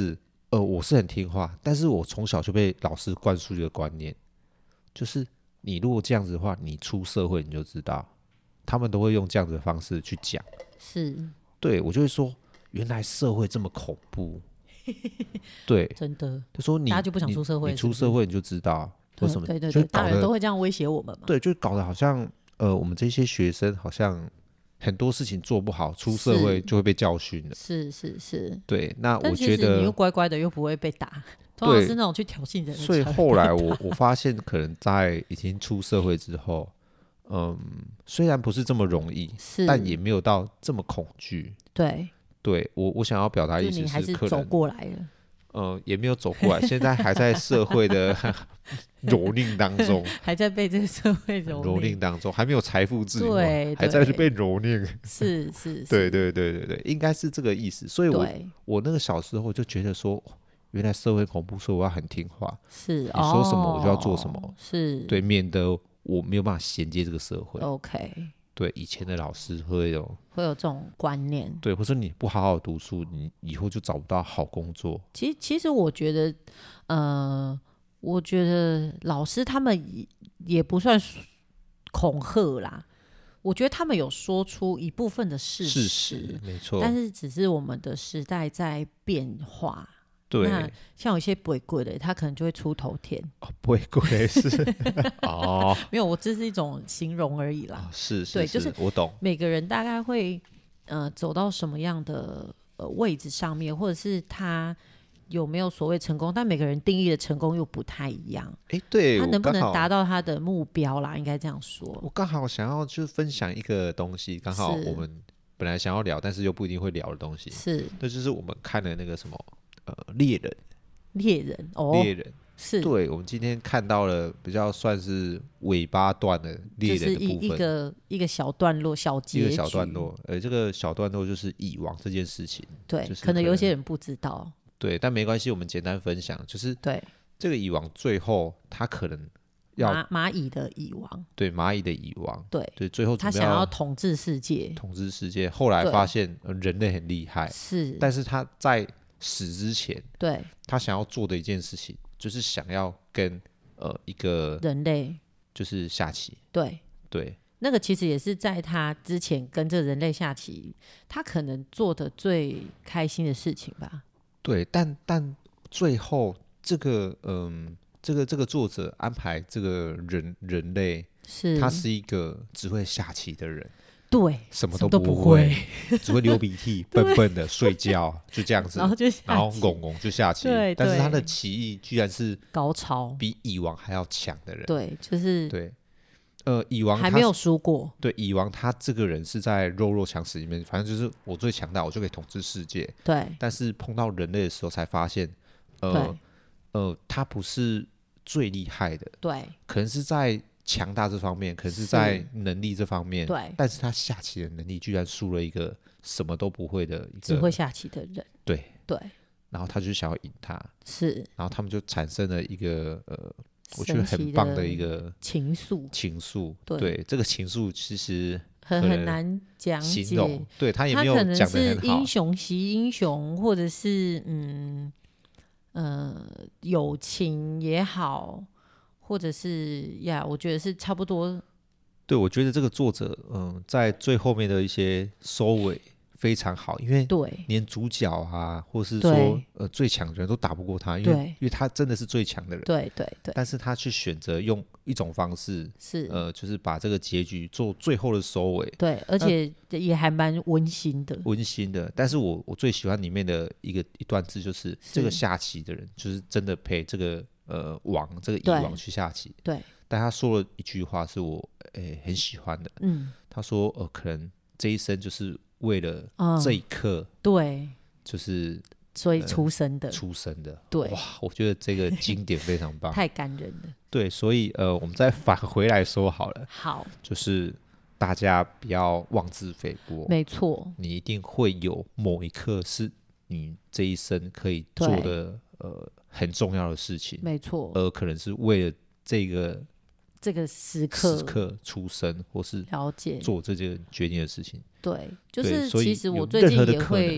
呃，我是很听话，但是我从小就被老师灌输一个观念，就是你如果这样子的话，你出社会你就知道，他们都会用这样子的方式去讲。 是， 对我就会说，原来社会这么恐怖。对， 真的， 就说你大家就不想出社会， 你出社会你就知道为什么。 对对对，大人都会这样威胁我们嘛。 对，就搞得好像呃，我们这些学生好像很多事情做不好，出社会就会被教训了。 是是是， 对。那我觉得你又乖乖的，又不会被打，通常是那种去挑衅人的。 所以后来我我发现，可能在已经出社会之后，嗯，虽然不是这么容易，但也没有到这么恐惧。 对。 对，我我想要表达意思是， 你还是走过来了。 呃，也没有走过来，现在还在社会的蹂躏当中， 还在被这个社会蹂蹂躏当中，还没有财富自由， 对， 还在被蹂躏。 是是， 对对对对对，应该是这个意思。所以我我那个小时候就觉得说，原来社会恐怖，所以我要很听话， 是你说什么我就要做什么， 哦、是对，免得我没有办法衔接这个社会。 OK。 对，以前的老师会有会有这种观念， 对，或者你不好好读书，你以后就找不到好工作。 其实，其实我觉得，呃，我觉得老师他们也不算恐吓啦，我觉得他们有说出一部分的事实， 事实没错， 但是只是我们的时代在变化。 对， 那像有一些不会贵的，他可能就会出头天。 哦，不会贵是哦， 没有，我这是一种形容而已啦。 哦、是是， 对，就是我懂。 每个人大概会呃走到什么样的呃位置上面，或者是他有没有所谓成功，但每个人定义的成功又不太一样。 哎，对， 他能不能达到他的目标啦？应该这样说。 我刚好想要就是分享一个东西，刚好我们本来想要聊，但是又不一定会聊的东西， 是， 那就是我们看的那个什么。呃，猎人， 猎人，哦， 猎人是， 对，我们今天看到了比较算是尾巴段的猎人的部分， 就是一个一个小段落，小结局， 一个小段落。呃，这个小段落就是蚁王这件事情， 对， 就是、 可能有些人不知道， 对，但没关系，我们简单分享，就是对这个蚁王最后他可能要蚂蚂蚁的蚁王， 对，蚂蚁的蚁王， 对对，最后他想要统治世界， 统治世界，后来发现、呃、人类很厉害， 是， 但是他在死之前， 对， 他想要做的一件事情，就是想要跟呃一个人类， 就是下棋。 对对， 那个其实也是在他之前跟这人类下棋，他可能做的最开心的事情吧。 对，但但最后这个嗯，这个这个作者安排这个人人类， 是他是一个只会下棋的人。 对， 什么都不会，只会流鼻涕，笨笨的睡觉，就这样子， 然后就然后拱拱就下棋。 对， 但是他的棋艺居然是高超， 比蚁王还要强的人。 对，就是对，呃，蚁王还没有输过。 对，蚁王他这个人是在弱肉强食里面，反正就是我最强大，我就可以统治世界。 对， 但是碰到人类的时候才发现，呃呃，他不是最厉害的， 对， 可能是在。强大这方面，可能是在能力这方面， 对， 但是他下棋的能力居然输了一个什么都不会的一个只会下棋的人， 对对， 然后他就想要赢他， 是， 然后他们就产生了一个呃，我觉得很棒的一个情愫， 情愫， 对， 对，这个情愫其实很很难讲解， 形容，对他也没有讲得很好， 英雄惜英雄，或者是嗯呃友情也好。或者是呀，我觉得是差不多。 对，我觉得这个作者，嗯，在最后面的一些收尾非常好，因为对， 连主角啊，或是说呃最强的人都打不过他，因为因为他真的是最强的人， 对对对。 但是他去选择用一种方式， 是呃，就是把这个结局做最后的收尾， 对，而且也还蛮温馨的， 温馨的。但是我我最喜欢里面的一个一段字，就是是这个下棋的人，就是真的陪这个。呃，王这个蚁王去下棋， 对， 但他说了一句话是我诶、欸、很喜欢的， 嗯， 他说呃，可能这一生就是为了这一刻，嗯、 对， 就是所以出生的，呃、 出生的， 对， 哇，我觉得这个经典非常棒， 太感人了， 对，所以呃，我们再返回来说好了， 好， 就是大家不要妄自菲薄， 没错， 你一定会有某一刻是你这一生可以做的呃。很重要的事情， 没错， 而可能是为了这个这个时刻时刻出生，或是了解做这件决定的事情。 对，就是其实我最近也会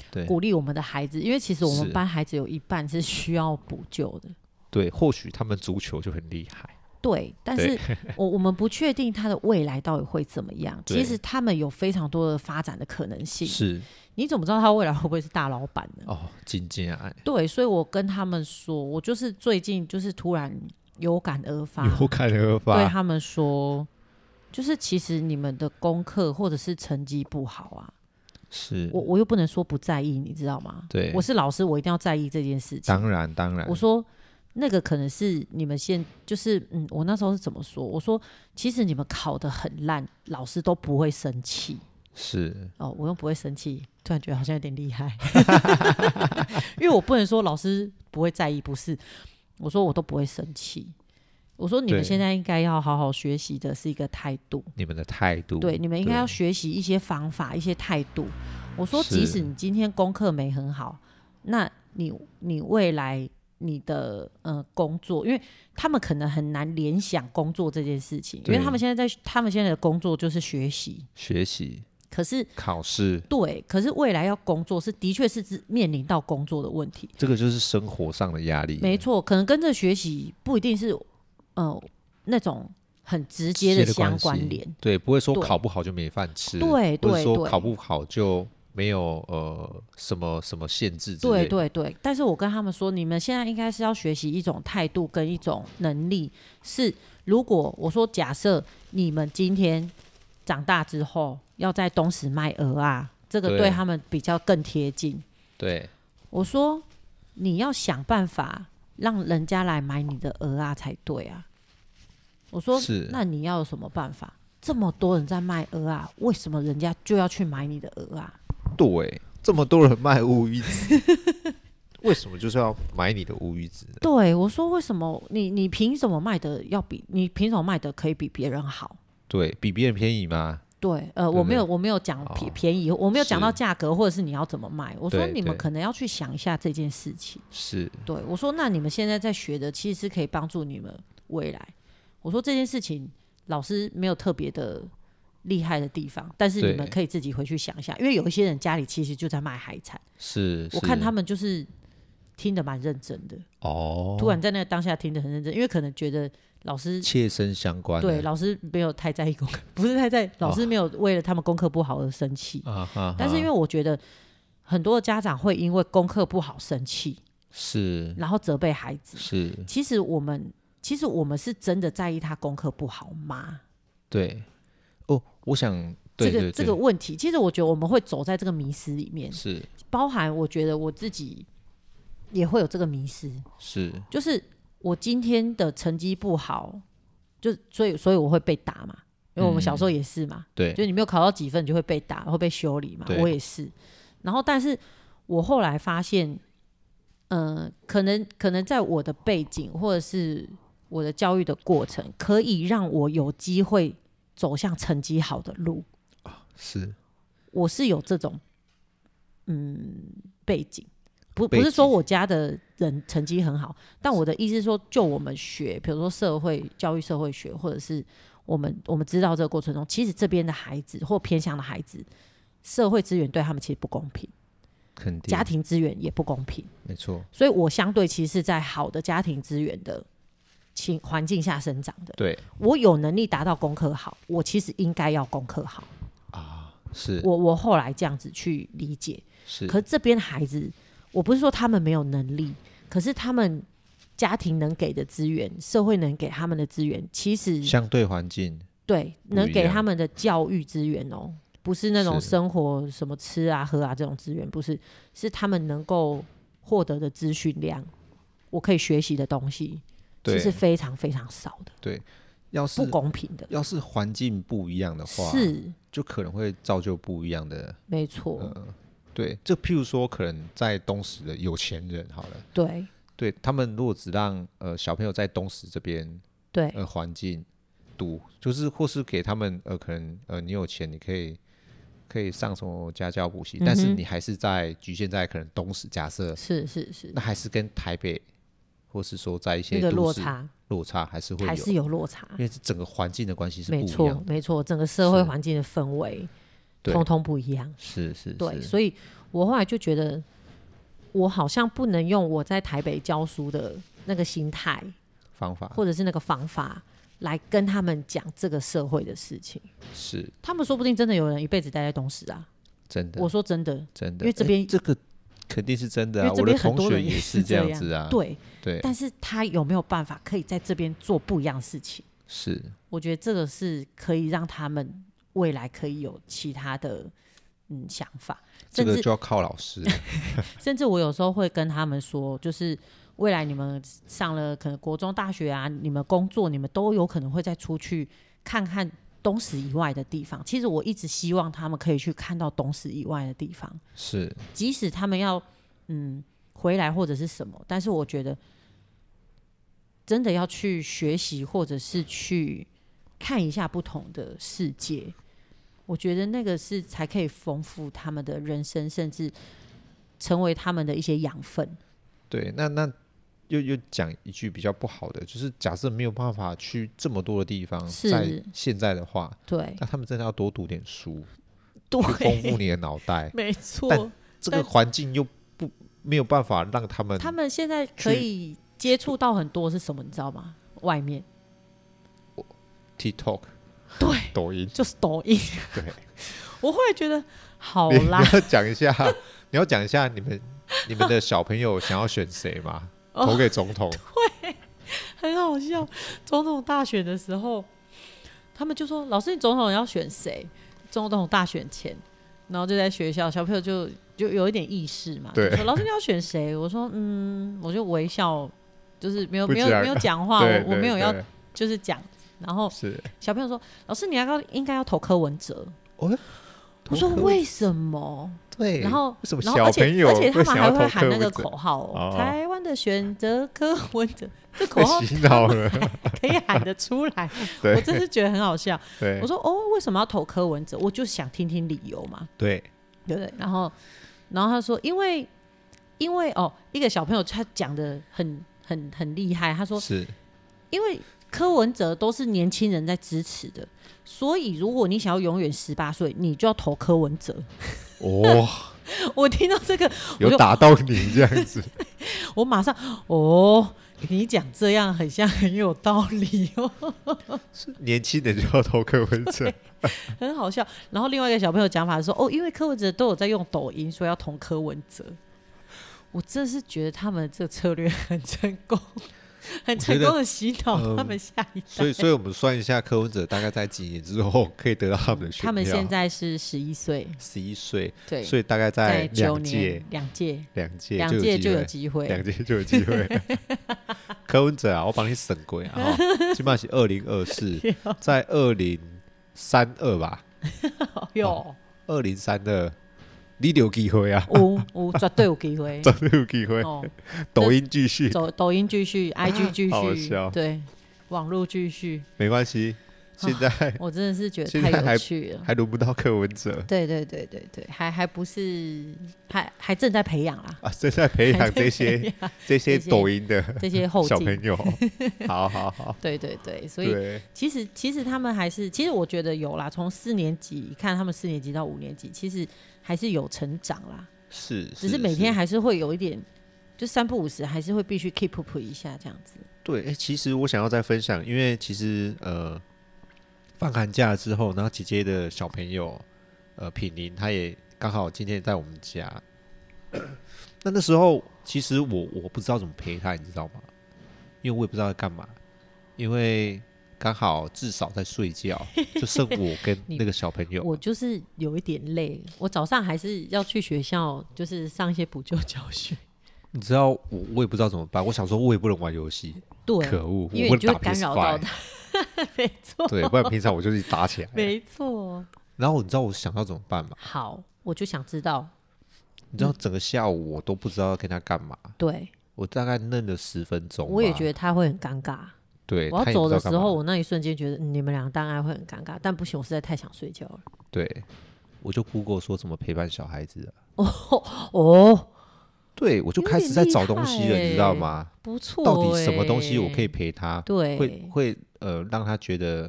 鼓励我们的孩子，因为其实我们班孩子有一半是需要补救的。 对，或许他们足球就很厉害。 对，但是我我们不确定他的未来到底会怎么样。其实他们有非常多的发展的可能性。 是， 你怎么知道他未来会不会是大老板呢？ 哦，真的啊。 对，所以我跟他们说，我就是最近就是突然有感而发， 有感而发， 对他们说，就是其实你们的功课或者是成绩不好啊， 是我我又不能说不在意，你知道吗？ 对， 我是老师，我一定要在意这件事情。 当然当然， 我说那个可能是你们现就是嗯，我那时候是怎么说？我说其实你们考得很烂，老师都不会生气。 是哦，我又不会生气，突然觉得好像有点厉害，因为我不能说老师不会在意，不是，我说我都不会生气。我说你们现在应该要好好学习的是一个态度， 你们的态度， 对，你们应该要学习一些方法，一些态度。我说即使你今天功课没很好，那你你未来你的呃工作，因为他们可能很难联想工作这件事情，因为他们现在在他们现在的工作就是学习学习， 可是考试， 对，可是未来要工作是的确是面临到工作的问题， 这个就是生活上的压力。 没错，可能跟这学习不一定是呃那种很直接的相关联， 对，不会说考不好就没饭吃， 对对对， 不是说考不好就没有呃什么什么限制之类的， 对对对。但是我跟他们说，你们现在应该是要学习一种态度跟一种能力，是如果我说假设你们今天长大之后要在东石卖蚵啊，这个对他们比较更贴近。 对， 我说你要想办法让人家来买你的蚵啊才对啊。我说那你要有什么办法？这么多人在卖蚵啊，为什么人家就要去买你的蚵啊？ 对，这么多人卖乌鱼子为什么就是要买你的乌鱼子呢？ 对，我说为什么你你凭什么卖的要比你凭什么卖的可以比别人好？ 对，比别人便宜吗？ 对，呃，对对我没有我没有讲便便宜，我没有讲到价格或者是你要怎么卖。我说你们可能要去想一下这件事情。 是， 对，我说那你们现在在学的其实是可以帮助你们未来。我说这件事情老师没有特别的厉害的地方，但是你们可以自己回去想一下，因为有一些人家里其实就在卖海产， 是， 我看他们就是听得蛮认真的哦，突然在那个当下听得很认真，因为可能觉得老师切身相关， 对，老师没有太在意功课，不是太在，老师没有为了他们功课不好而生气、哦、但是因为我觉得很多的家长会因为功课不好生气，是，然后责备孩子，是，其实我们其实我们是真的在意他功课不好吗？ 对，哦，我想对对对这个这个问题，其实我觉得我们会走在这个迷思里面， 是， 包含我觉得我自己也会有这个迷思，是，就是我今天的成绩不好，就所以所以我会被打嘛，因为我们小时候也是嘛，嗯、对，就你没有考到几分，你就会被打，会被修理嘛，我也是。然后，但是我后来发现，呃，可能可能在我的背景或者是我的教育的过程，可以让我有机会走向成绩好的路啊，是，我是有这种嗯背景。不, 不是说我家的人成绩很好，但我的意思是说，就我们学，比如说社会教育、社会学，或者是我们我们知道这个过程中，其实这边的孩子或偏乡的孩子，社会资源对他们其实不公平，肯定家庭资源也不公平，没错。所以我相对其实是在好的家庭资源的情环境下生长的。对，我有能力达到功课好，我其实应该要功课好啊。是我我后来这样子去理解，是。可是这边孩子。我不是说他们没有能力，可是他们家庭能给的资源，社会能给他们的资源，其实相对环境对能给他们的教育资源哦，不是那种生活什么吃啊喝啊这种资源，不是，是他们能够获得的资讯量，我可以学习的东西，其实非常非常少的。对， 要是不公平的， 要是环境不一样的话，是就可能会造就不一样的， 没错。 呃对，就譬如说，可能在东石的有钱人，好了， 对， 对他们如果只让呃小朋友在东石这边， 对， 呃环境读，就是或是给他们呃可能呃你有钱，你可以可以上什么家教补习、嗯，但是你还是在局限在可能东石，假设是是是， 那还是跟台北或是说在一些那个落差落差还是会有， 还是有落差， 因为整个环境的关系是不一样的， 没错没错，整个社会环境的氛围。 通通不一样。 是是是， 对，所以我后来就觉得，我好像不能用我在台北教书的那个心态、 方法， 或者是那个方法来跟他们讲这个社会的事情。 是， 他们说不定真的有人一辈子待在东石啊。 真的， 我说真的， 真的， 因为这边、 欸、这个肯定是真的啊， 因为这边很多人也是这样子啊。 对对， 但是他有没有办法可以在这边做不一样的事情？ 是， 我觉得这个是可以让他们未来可以有其他的嗯想法。 这个就要靠老师。 甚至我有时候会跟他们说，就是未来你们上了可能国中、大学啊，你们工作，你们都有可能会再出去看看东石以外的地方。其实我一直希望他们可以去看到东石以外的地方， 是， 即使他们要嗯回来或者是什么，但是我觉得真的要去学习，或者是去看一下不同的世界。我觉得那个是才可以丰富他们的人生，甚至成为他们的一些养分。 对，那那又又讲一句比较不好的，就是假设没有办法去这么多的地方，在现在的话， 对， 那他们真的要多读点书， 对， 去丰富你的脑袋。 没错， 但这个环境又不没有办法让他们， 他们现在可以接触到很多是什么，你知道吗？外面 TikTok。 对， 抖音就是抖音。 对， 我会觉得好啦。 你要讲一下，你要讲一下你们你们的小朋友想要选谁吗？哦、投给总统。 对，很好笑。总统大选的时候，他们就说：“老师，你总统要选谁？”总统大选前，然后就在学校，小朋友就就有一点意识嘛，就说：“老师，你要选谁？”我说：“嗯，我就微笑，就是没有没有没有讲话，我我没有要就是讲。”然后小朋友说：“老师，你要应该要投柯文哲。哦”我说：“为什么？” 对， 然后为什么小朋友而且他们还会喊那个口号哦，哦台湾的选择柯文哲，这口号洗脑了， 可以喊得出来。我真是觉得很好笑。我说：“哦，为什么要投柯文哲？”我就想听听理由嘛。 对， 对不对？然后，然后他说：“因为，因为哦，一个小朋友他讲的很很很厉害，他说是因为。”柯文哲都是年轻人在支持的，所以如果你想要永远十八岁，你就要投柯文哲。 哦， 我听到这个有打到你这样子， 我马上哦，你讲这样很像很有道理哦。 年轻人就要投柯文哲， 很好笑。然后另外一个小朋友讲法说，哦，因为柯文哲都有在用抖音，所以要投柯文哲。我真是觉得他们这个策略很成功。很成功的洗脑他们下一代、呃、 所以所以我们算一下柯文哲大概在几年之后可以得到他们的选票。 他们现在是十一岁十一岁， 对， 所以大概在两届两届两届两届就有机会两届就有机会柯文哲啊，我帮你省过啊，基本上是二零二四在二零三二吧有二零三二你有机会啊， 有有绝对有机会， 绝对有机会、哦。抖音继续， 抖抖音继续 ，I G 继续， 好笑， 对，网络继续， 没关系。现在、啊、 我真的是觉得太有趣了， 还轮不到柯文哲。 对对对对对，还还不是，还还正在培养啦。 啊，正在培养这些这些抖音的这些后小朋友。好好好， 对对对，所以其实其实他们还是，其实我觉得有啦，从四年级看他们四年级到五年级，其实还是有成长啦。 是， 只是每天还是会有一点，就三不五时还是会必须 keep up 一下这样子。 对，欸、其实我想要再分享，因为其实呃。放寒假之后，然后姐姐的小朋友，呃，品玲，她也刚好今天在我们家。那那时候，其实我我不知道怎么陪她，你知道吗？因为我也不知道在干嘛，因为刚好至少在睡觉，就剩我跟那个小朋友。 我就是有一点累，我早上还是要去学校，就是上一些补救教学。 你知道我我也不知道怎么办，我想说我也不能玩游戏， 对， 可恶， 因为你就会干扰到他。没错， 对，不然平常我就是打起来。 没错。 然后你知道我想要怎么办吗？ 好，我就想知道。 你知道整个下午我都不知道要跟他干嘛。 对， 我大概愣了十分钟。 我也觉得他会很尴尬。 对， 我要走的时候，我那一瞬间觉得、嗯、你们俩当然会很尴尬，但不行，我实在太想睡觉了。 对，我就 Google 说怎么陪伴小孩子的。 哦哦。 对，我就开始在找东西了，你知道吗？ 不错、欸， 到底什么东西我可以陪他？ 对， 会会呃让他觉得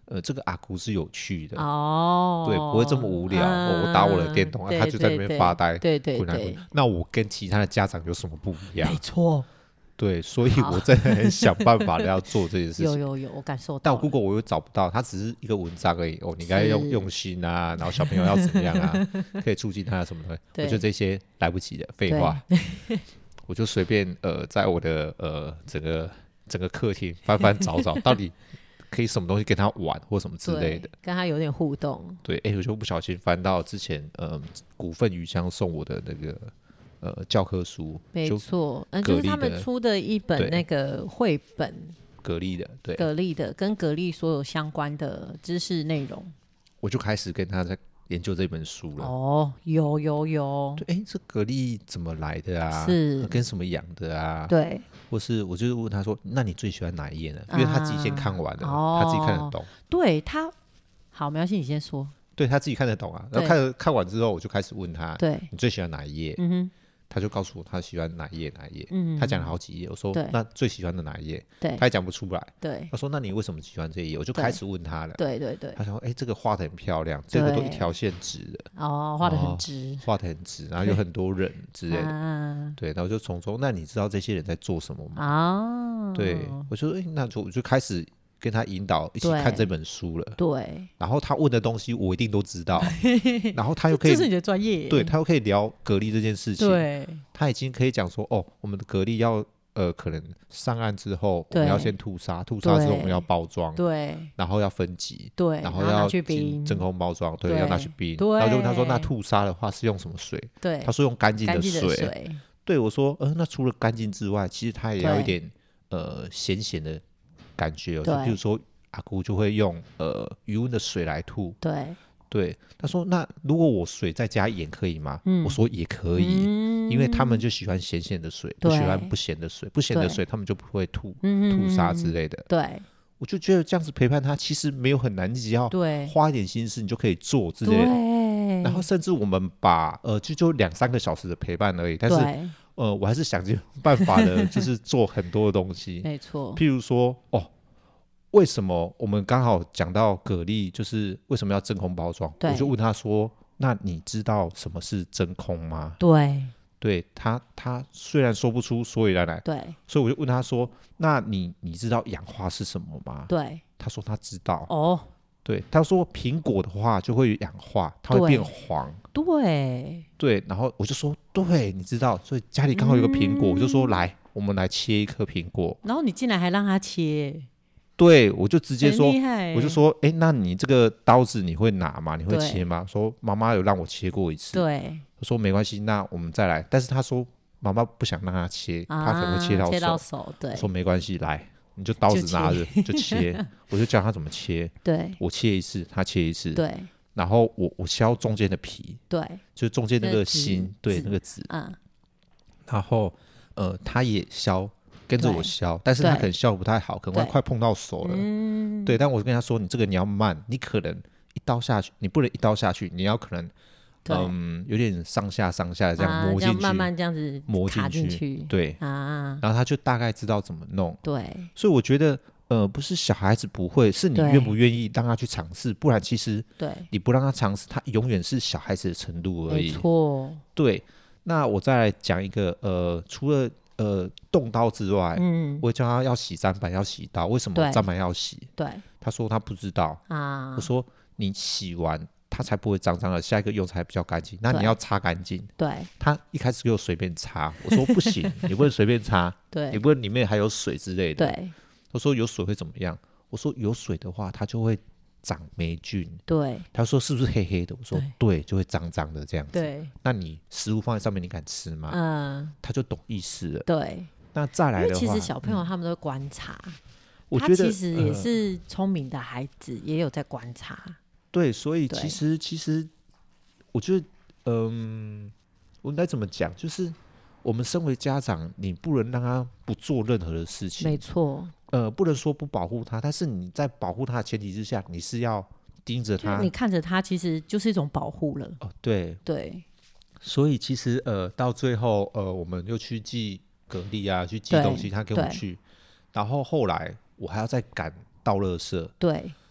呃，这个阿姑是有趣的哦， 对，不会这么无聊。嗯哦、我打我的电动，啊、他就在那边发呆， 对对 对, 对, 对, 对。那我跟其他的家长有什么不一样？ 没错。 对，所以我真的很想办法的要做这件事情。 有有有，我感受到。 但我 Google 我又找不到，它只是一个文章而已。哦，你应该用用心啊，然后小朋友要怎么样啊，可以促进他什么的。我觉得这些来不及的废话，我就随便呃，在我的呃整个整个客厅翻翻找找，到底可以什么东西跟他玩或什么之类的， 跟他有点互动。 对，哎、欸，我就不小心翻到之前呃股份鱼香送我的那个。呃，教科书没错，嗯，就是他们出的一本那个绘本， 蛤蜊的，对， 蛤蜊的，跟蛤蜊所有相关的知识内容， 我就开始跟他在研究这本书了。 哦，有有有， 对，哎、欸，这蛤蜊怎么来的啊？ 是跟什么养的啊？ 对， 或是我就问他说，那你最喜欢哪一页呢？因为他自己先看完了， 啊、 他自己看得懂。 对他，好，没关系，你先说。 对他自己看得懂啊，然后看看完之后，我就开始问他， 对， 你最喜欢哪一页？嗯哼。他就告诉我他喜欢哪一页哪一页、嗯、他讲了好几页，我说那最喜欢的哪一页，他也讲不出来， 对， 他说那你为什么喜欢这一页？我就开始问他了， 对对对， 他说哎、欸，这个画得很漂亮，这个都一条线直的， 哦，画得很直， 画得很直，然后有很多人之类的，啊、对，然后就从中，那你知道这些人在做什么吗？啊，对，我说哎、欸，那就我就开始跟他引导一起看这本书了， 对， 然后他问的东西我一定都知道，然后他又可以， 这是你的专业， 对，他又可以聊蛤蜊这件事情， 对， 他已经可以讲说，哦，我们的蛤蜊要呃，可能上岸之后，我们要先吐沙，吐沙之后我们要包装， 对， 然后要分级， 对， 然后要去冰真空包装，对， 对要拿去冰， 对， 然后就问他说，那吐沙的话是用什么水？ 对， 他说用干净的水， 水对，我说，呃，那除了干净之外，其实它也要一点呃咸咸的感觉、哦，就比如说。阿姑就会用呃余温的水来吐， 对对，他说那如果我水再加盐可以吗？嗯、我说也可以、嗯，因为他们就喜欢咸咸的水，不喜欢不咸的水，不咸的水他们就不会吐吐沙之类的。 对， 我就觉得这样子陪伴他其实没有很难，你只要花一点心思，你就可以做之类的。然后甚至我们把呃就就两三个小时的陪伴而已，但是呃我还是想尽办法的，就是做很多的东西。 没错， 譬如说哦。为什么我们刚好讲到蛤蜊，就是为什么要真空包装？我就问他说：“那你知道什么是真空吗？” 对， 对他，他虽然说不出所以然来， 对， 所以我就问他说：“那你你知道氧化是什么吗？” 对， 他说他知道。 哦， 对，他说苹果的话就会氧化，它会变黄。 对， 对，然后我就说：“对，你知道。”所以家里刚好有个苹果，嗯、我就说：“来，我们来切一颗苹果。” 然后你竟然还让他切。 对，我就直接说，我就说，哎，那你这个刀子你会拿吗？你会切吗？说妈妈有让我切过一次， 对， 我说没关系，那我们再来。但是他说妈妈不想让他切， 啊、 他可能会切到手， 切到手，对。 我说没关系，来，你就刀子拿着 就, 就切，我就教他怎么切， 对， 我切一次，他切一次， 对， 然后我我削中间的皮， 对， 就是中间那个心，对，那个籽， 嗯， 然后呃，他也削。跟着我削，但是他可能削不太好，可能会快碰到手了。嗯，对，但我跟他说，你这个你要慢，你可能一刀下去，你不能一刀下去，你要可能，嗯，有点上下上下这样磨进去， 啊、慢慢这样子磨进去， 去对啊， 然后他就大概知道怎么弄。 对， 所以我觉得，呃，不是小孩子不会，是你愿不愿意让他去尝试，不然其实， 对， 你不让他尝试，他永远是小孩子的程度而已。 没错， 对。那我再来讲一个，呃，除了。呃，动刀之外，嗯，我叫他要洗砧板，要洗刀。为什么砧板要洗？ 对， 他说他不知道啊。我说你洗完，它才不会脏脏的，下一个用才比较干净。那你要擦干净。 对， 他一开始给我随便擦，我说不行，你不能随便擦， 对， 你不能里面还有水之类的。 对， 他说有水会怎么样？我说有水的话，它就会长霉菌。 对， 他说是不是黑黑的？我说 对, 对，就会脏脏的这样子。 对， 那你食物放在上面，你敢吃吗？嗯，他就懂意思了。 对， 那再来的话， 因为其实小朋友他们都会观察，嗯、 我觉得他其实也是聪明的孩子，呃、也有在观察。 对，所以其实其实我觉得，嗯，我应该怎么讲？就是我们身为家长，你不能让他不做任何的事情。 没错。 呃，不能说不保护他，但是你在保护他的前提之下，你是要盯着他， 你看着他，其实就是一种保护了。 哦，对对， 所以其实呃，到最后呃，我们又去寄蛤蜊啊，去寄东西，他跟我去，然后后来我还要再赶倒垃圾。 对，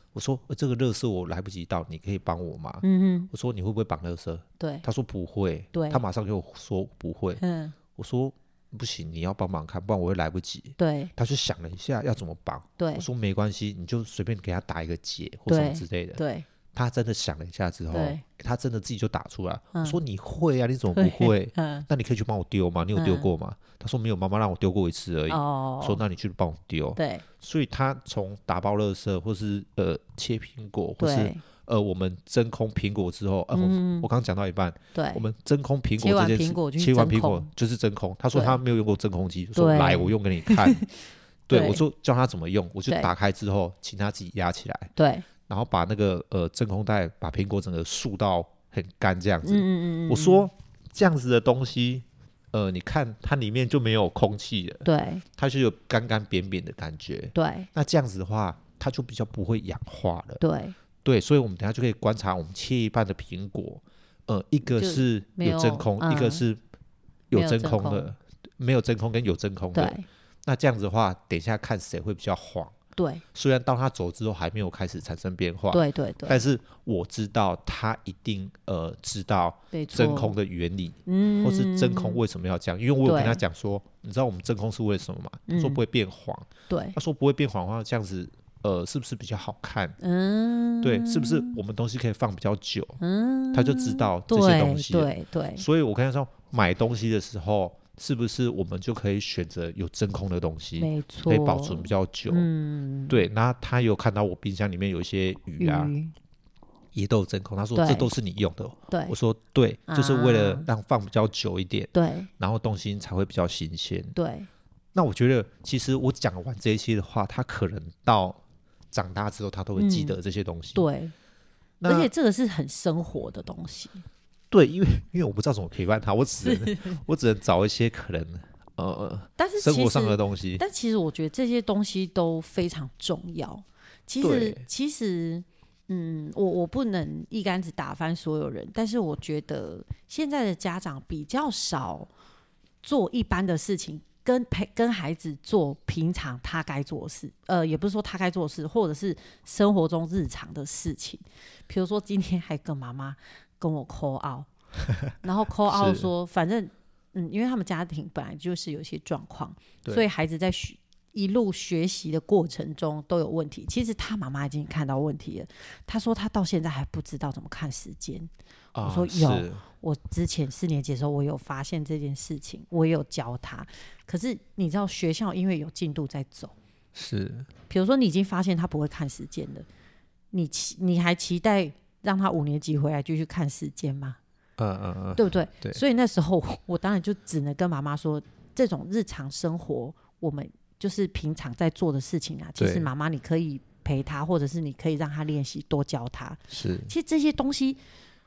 我说、呃、这个垃圾我来不及倒，你可以帮我吗？ 嗯哼， 我说你会不会绑垃圾？ 对， 他说不会， 对， 他马上给我说不会。嗯，我说不行，你要帮忙看，不然我会来不及。 对， 他就想了一下要怎么绑。对，我说没关系，你就随便给他打一个结或什么之类的。对，他真的想了一下之后，他真的自己就打出来。嗯、我说你会啊，你怎么不会？嗯、那你可以去帮我丢吗？你有丢过吗？嗯、他说没有，妈妈让我丢过一次而已。哦，说那你去帮我丢。对，所以他从打包垃圾，或是呃切苹果，或是呃我们真空苹果之后，呃、嗯、我刚刚讲到一半，对，我们真空苹果这件事，切完苹果就是真空。他说他没有用过真空机，说来我用给你看。对，我说教他怎么用，我就打开之后，请他自己压起来。对。然后把那个呃真空袋把苹果整个竖到很干这样子。嗯嗯嗯，我说这样子的东西，呃，你看它里面就没有空气了，对，它就有干干扁扁的感觉。对，那这样子的话，它就比较不会氧化了。对对，所以我们等一下就可以观察我们切一半的苹果，呃，一个是有真空，嗯、一个是有真空的，没有真空跟有真空的。对，那这样子的话，等一下看谁会比较黄。对，虽然到他走之后还没有开始产生变化，对对对，但是我知道他一定呃知道真空的原理，嗯，或是真空为什么要这样，因为我有跟他讲说，你知道我们真空是为什么吗？他说不会变黄，对，他说不会变黄的话，这样子呃是不是比较好看？嗯，对，是不是我们东西可以放比较久？嗯，他就知道这些东西，对 对, 对，所以我跟他说买东西的时候。是不是我们就可以选择有真空的东西，没错，可以保存比较久？嗯，对。那他有看到我冰箱里面有一些鱼啊，鱼也都有真空。他说这都是你用的，对。我说对，就是为了让放比较久一点，对，然后东西才会比较新鲜。对。那我觉得，其实我讲完这一些的话，他可能到长大之后，他都会记得这些东西。嗯、对。 而且这个是很生活的东西。 对，因为因为我不知道怎么陪伴他，我只能我只能找一些可能呃，但是生活上的东西。 但其实我觉得这些东西都非常重要。其实其实，嗯，我我不能一竿子打翻所有人，但是我觉得现在的家长比较少做一般的事情，跟陪跟孩子做平常他该做的事，呃，也不是说他该做的事，或者是生活中日常的事情。比如说今天还跟妈妈。跟我 call out， 然后 call out 说，反正嗯，因为他们家庭本来就是有一些状况，所以孩子在学一路学习的过程中都有问题。其实他妈妈已经看到问题了，他说他到现在还不知道怎么看时间。啊、我说有，我之前四年级的时候我有发现这件事情，我也有教他。可是你知道学校因为有进度在走，是，比如说你已经发现他不会看时间了，你你还期待让他五年级回来继续看时间吗？嗯嗯嗯，对不对？对。所以那时候我当然就只能跟妈妈说，这种日常生活我们就是平常在做的事情啊。其实妈妈你可以陪他，或者是你可以让他练习，多教他。是。其实这些东西，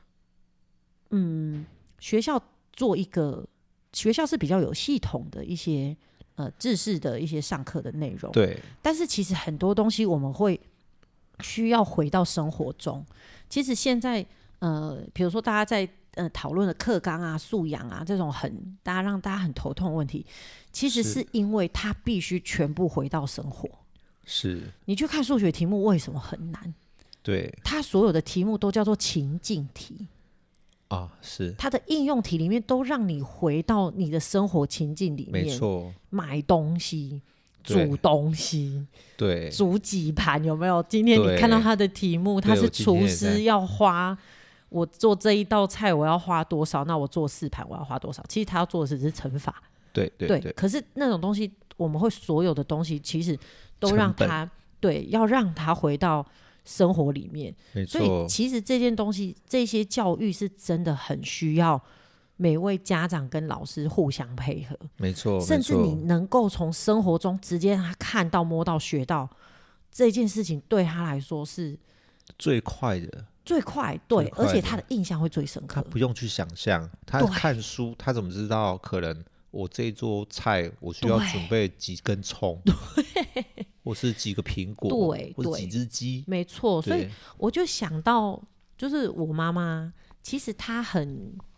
嗯，学校做一个学校是比较有系统的一些呃制式的一些上课的内容。对。但是其实很多东西我们会需要回到生活中。其实现在呃，比如说大家在呃讨论的课纲啊、素养啊这种很大家让大家很头痛的问题，其实是因为它必须全部回到生活。是。你去看数学题目为什么很难？对，它所有的题目都叫做情境题啊，是。它的应用题里面都让你回到你的生活情境里面，没错，买东西。煮东西，对，煮几盘有没有？今天你看到他的题目，他是厨师要花，我做这一道菜我要花多少？那我做四盘我要花多少？其实他要做的只是乘法，对 对 对, 对。可是那种东西，我们会所有的东西，其实都让他对，要让他回到生活里面。没错。所以其实这件东西，这些教育是真的很需要每位家长跟老师互相配合，没错，甚至你能够从生活中直接让他看到、摸到、学到这件事情，对他来说是最快的， 最快，对，而且他的印象会最深刻。 他不用去想象，他看书，他怎么知道可能我这一桌菜我需要准备几根葱，对，或是几个苹果，对，或者几只鸡， 没错。所以我就想到，就是我妈妈，其实她很。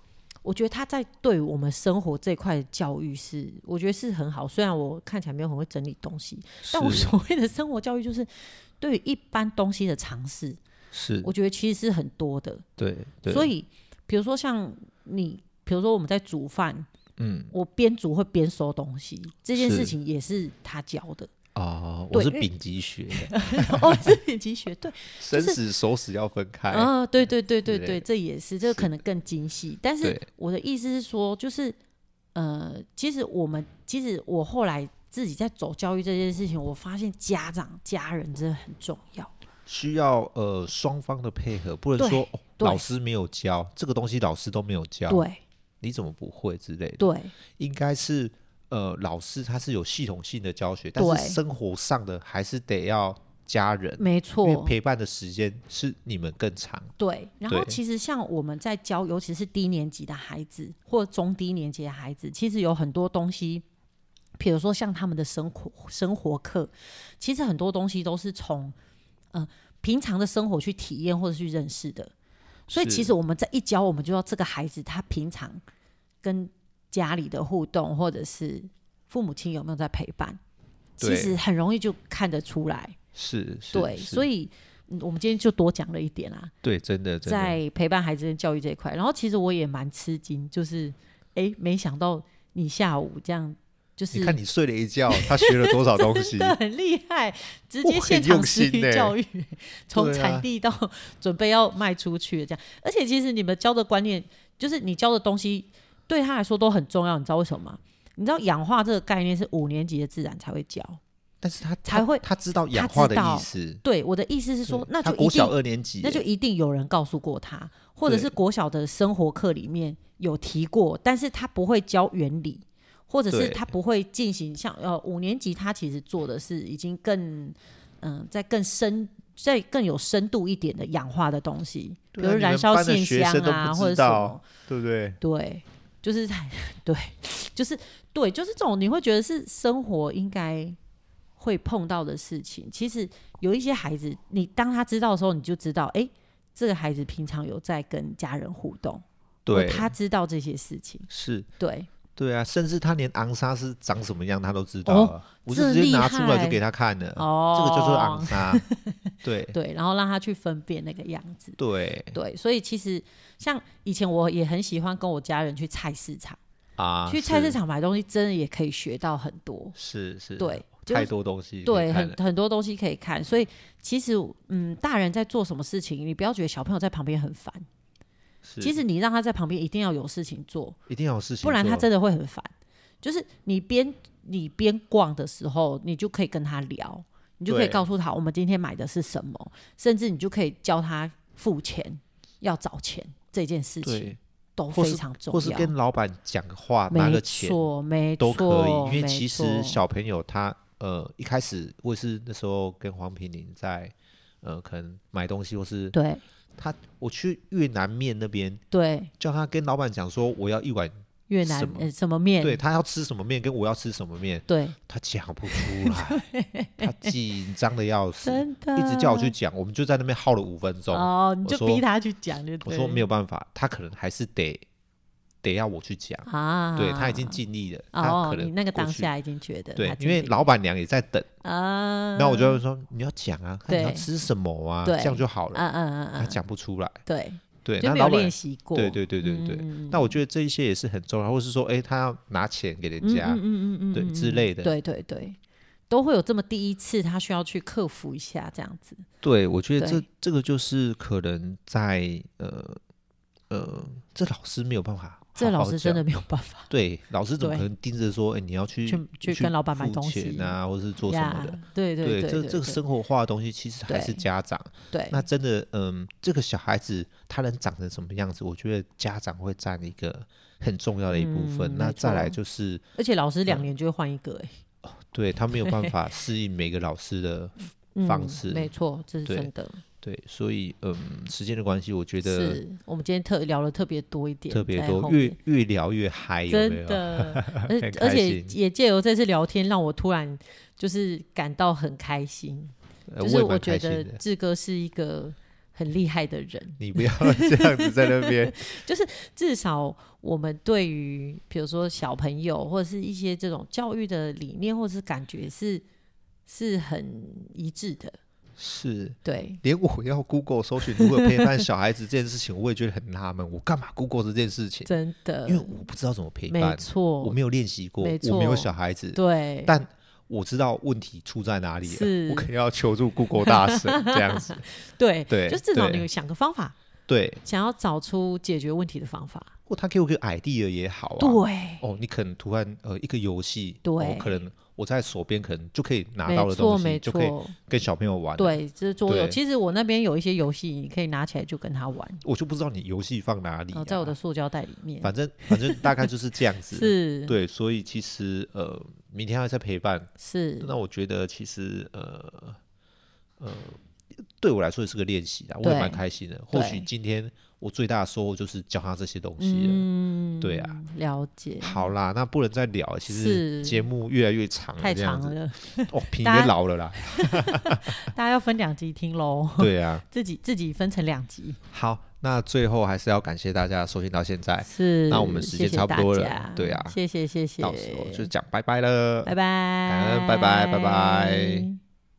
我觉得他在对我们生活这块的教育是，我觉得是很好。虽然我看起来没有很会整理东西，但我所谓的生活教育就是对于一般东西的尝试，是我觉得其实是很多的。 对，对， 所以比如说像你，比如说我们在煮饭，嗯，我边煮会边收东西，这件事情也是他教的。 哦，我是丙级学的， 哦，是丙级学，对， 生死熟死要分开。 啊，对对对对对，这也是，这个可能更精细。但是我的意思是说，就是呃，其实我们，其实我后来自己在走教育这件事情，我发现家长、家人真的很重要， 需要呃双方的配合，不能说、哦、老师没有教这个东西，老师都没有教，对，你怎么不会之类的？对，应该是。呃，老师他是有系统性的教学，但是生活上的还是得要家人，没错，因为陪伴的时间是你们更长。 对，然后其实像我们在教，尤其是低年级的孩子或中低年级的孩子，其实有很多东西，比如说像他们的生活生活课，其实很多东西都是从呃平常的生活去体验或者去认识的。所以其实我们在一教，我们就要这个孩子他平常跟家里的互动，或者是父母亲有没有在陪伴，其实很容易就看得出来。是，是对，是所以我们今天就多讲了一点啦。 对，真的，真的在陪伴孩子的教育这一块。然后其实我也蛮吃惊，就是哎，没想到你下午这样，就是你看你睡了一觉，他学了多少东西， 真的很厉害，直接现场实育教育，从产地到准备要卖出去这样。而且其实你们教的观念，就是你教的东西。对他来说都很重要，你知道为什么吗？你知道氧化这个概念是五年级的自然才会教， 但是他才会 他, 他知道氧化的意思。 对，我的意思是说，那就一定国小二年级， 那就一定有人告诉过他，或者是国小的生活课里面有提过，但是他不会教原理，或者是他不会进行像呃五年级他其实做的是已经更嗯、呃、在更深。再更有深度一点的氧化的东西，比如燃烧线香啊，或者什么， 对不对？ 对，就是对，就是对，就是这种你会觉得是生活应该会碰到的事情。其实有一些孩子，你当他知道的时候，你就知道，哎，这个孩子平常有在跟家人互动，对，他知道这些事情， 是， 对。 对啊，甚至他连昂沙是长什么样他都知道了，哦、我就直接拿出来就给他看了，哦、这个就是昂沙，对对，然后让他去分辨那个样子， 对对，所以其实像以前我也很喜欢跟我家人去菜市场啊，去菜市场买东西，真的也可以学到很多， 是是， 对， 太多东西， 对，很很多东西可以看，所以其实嗯，大人在做什么事情，你不要觉得小朋友在旁边很烦。其实你让他在旁边一定要有事情做， 一定要有事情做， 不然他真的会很烦。就是你边你边逛的时候，你就可以跟他聊，你就可以告诉他我们今天买的是什么，甚至你就可以教他付钱、要找钱这件事情都非常重要。 或是跟老板讲话拿个钱， 没错， 都可以。因为其实小朋友他呃一开始我也是那时候跟黄品玲在呃可能买东西或是对。 他我去越南面那边， 对， 叫他跟老板讲说我要一碗越南什 么,、呃、什么面， 对他要吃什么面，跟我要吃什么面，对，他讲不出来，他紧张的要死，真的，一直叫我去讲，我们就在那边耗了五分钟。 哦，你就逼他去讲就对， 我说没有办法，他可能还是得得要我去讲啊，对他已经尽力了， 哦， 他可能你那个当下已经觉得对，因为老板娘也在等啊，然后我就会说你要讲啊，你要吃什么啊，这样就好了，嗯嗯嗯，他讲不出来， 对对， 就没有练习过， 对对对对对，那我觉得这一些也是很重要，或是说，哎，他要拿钱给人家，嗯嗯嗯对之类的， 对对对，都会有这么第一次，他需要去克服一下这样子。 对，我觉得这这个就是可能在呃呃，这老师没有办法。 这老师真的没有办法。 对，老师怎么可能盯着说，哎，你要去去去跟老板买东西啊，或是做什么的？ 对对对， 这这个生活化的东西，其实还是家长。对，那真的，嗯，这个小孩子他能长成什么样子，我觉得家长会占一个很重要的一部分。那再来就是， 而且老师两年就会换一个，哎， 对他没有办法适应每个老师的方式。 没错，这是真的。 对，所以嗯，时间的关系，我觉得是我们今天特聊了特别多一点， 特别多，越越聊越嗨，有没有？ 真的，而而且也借由这次聊天，让我突然就是感到很开心，就是我觉得志哥是一个很厉害的人。 你不要这样子在那边就是至少我们对于比如说小朋友或者是一些这种教育的理念或者是感觉是是很一致的。 是， 对， 连我要 Google 搜寻如何陪伴小孩子这件事情我也觉得很纳闷，我干嘛 Google 这件事情？真的，因为我不知道怎么陪伴，没错，我没有练习过，我没有小孩子，对，但我知道问题出在哪里了，我可能要求助 Google 大神这样子对对，就至少你想个方法，对，想要找出解决问题的方法，或他给我个 idea 也好啊。对，哦，你可能突然呃一个游戏，对、哦，可能我在手边可能就可以拿到的东西，就可以跟小朋友玩。对，这是桌游。其实我那边有一些游戏，你可以拿起来就跟他玩。我就不知道你游戏放哪里、啊哦，在我的塑胶袋里面。反正反正大概就是这样子。是，对，所以其实呃，明天还在陪伴。是，那我觉得其实呃呃，对我来说也是个练习啦，我也蛮开心的。或许今天我最大的收获就是教他这些东西了。嗯，对啊，了解。好啦，那不能再聊了，其实节目越来越长了，太长了。哦，皮也老了啦。大家要分两集听咯。对啊，自己自己分成两集。好，那最后还是要感谢大家收听到现在。是，那我们时间差不多了。谢谢对啊，谢谢谢谢。到时候就讲拜拜了，拜拜，感恩，拜拜，拜拜。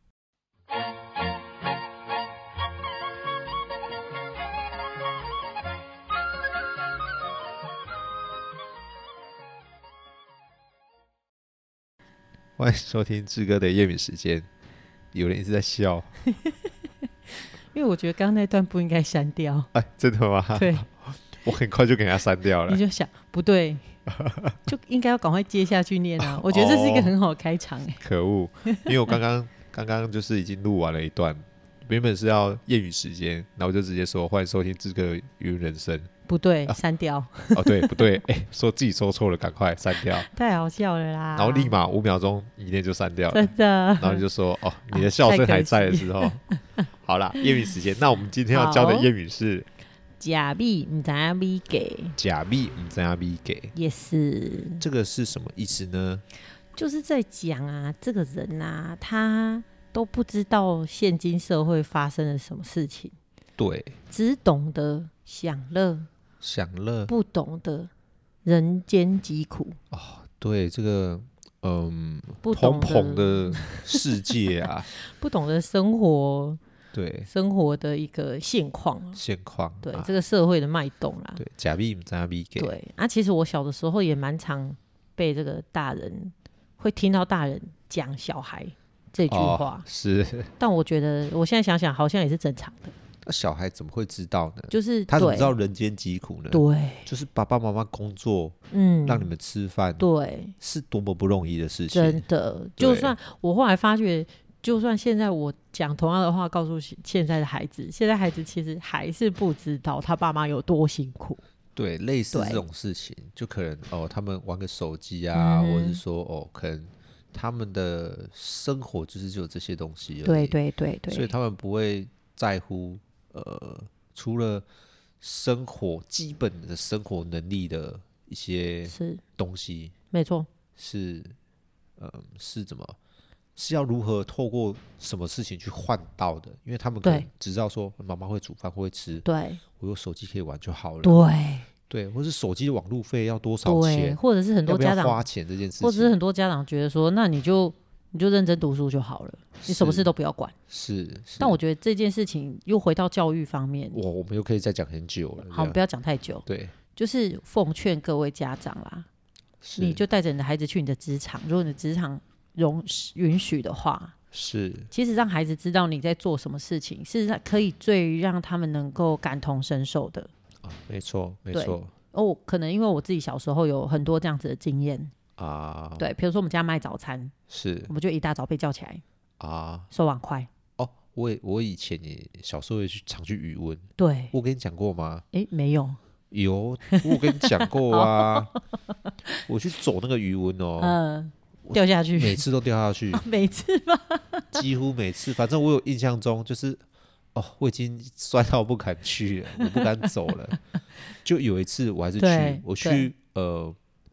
欢迎收听志哥的谚语时间。有人一直在笑，因为我觉得刚刚那段不应该删掉。哎，真的吗？对，我很快就给他删掉了。你就想不对，就应该要赶快接下去念啊！我觉得这是一个很好的开场。哎，可恶！因为我刚刚刚刚就是已经录完了一段，原本是要谚语时间，然后我就直接说欢迎收听志哥语音人生。不对，删、啊、掉。哦，对，不对，哎、欸，说自己说错了，赶快删掉。太好笑了啦！然后立马五秒钟以内就删掉了，真的。然后你就说，哦，你的笑声还在的时候，啊、好啦，谚语时间。那我们今天要教的谚语是：假币不知道米给，假币不知道米给。也是。这个是什么意思呢？就是在讲啊，这个人啊，他都不知道现今社会发生了什么事情，对，只懂得享乐。享乐，不懂得人间疾苦哦。对，这个嗯，蓬蓬的世界啊，不懂得生活，对生活的一个现况，现况，对、啊、这个社会的脉动啦。对，假币不假币给。对啊，其实我小的时候也蛮常被这个大人会听到大人讲小孩这句话，哦、是。但我觉得我现在想想，好像也是正常的。那小孩怎么会知道呢？就是他怎么知道人间疾苦呢？对，就是爸爸妈妈工作，嗯，让你们吃饭，对，是多么不容易的事情。真的，就算我后来发觉，就算现在我讲同样的话告诉现在的孩子，现在孩子其实还是不知道他爸妈有多辛苦。对，类似这种事情，就可能哦，他们玩个手机啊，嗯、或者是说哦，可能他们的生活就是只有这些东西而已。对对对对，所以他们不会在乎。呃，除了生活基本的生活能力的一些东西，没错，是呃是怎么是要如何透过什么事情去换到的？因为他们可能只知道说妈妈会煮饭会吃，对，我有手机可以玩就好了，对对，或是手机的网路费要多少钱，或者是很多家长要不要花钱这件事情，或者是很多家长觉得说，那你就。你就认真读书就好了，你什么事都不要管。是，是但我觉得这件事情又回到教育方面，我我们又可以再讲很久了。好，不要讲太久。对，就是奉劝各位家长啦，你就带着你的孩子去你的职场，如果你的职场容允许的话，是，其实让孩子知道你在做什么事情，是可以最让他们能够感同身受的。啊，没错，没错。哦，可能因为我自己小时候有很多这样子的经验。啊，对，比如说我们家卖早餐，是，我们就一大早被叫起来啊，收碗筷。哦，我也我以前也小时候也去常去语文，对，我跟你讲过吗？哎，没有，有，我跟你讲过啊，我去走那个语文哦，嗯，掉下去，每次都掉下去，每次吗？几乎每次，反正我有印象中就是，哦，我已经摔到不敢去了，我不敢走了。就有一次我还是去，我去呃。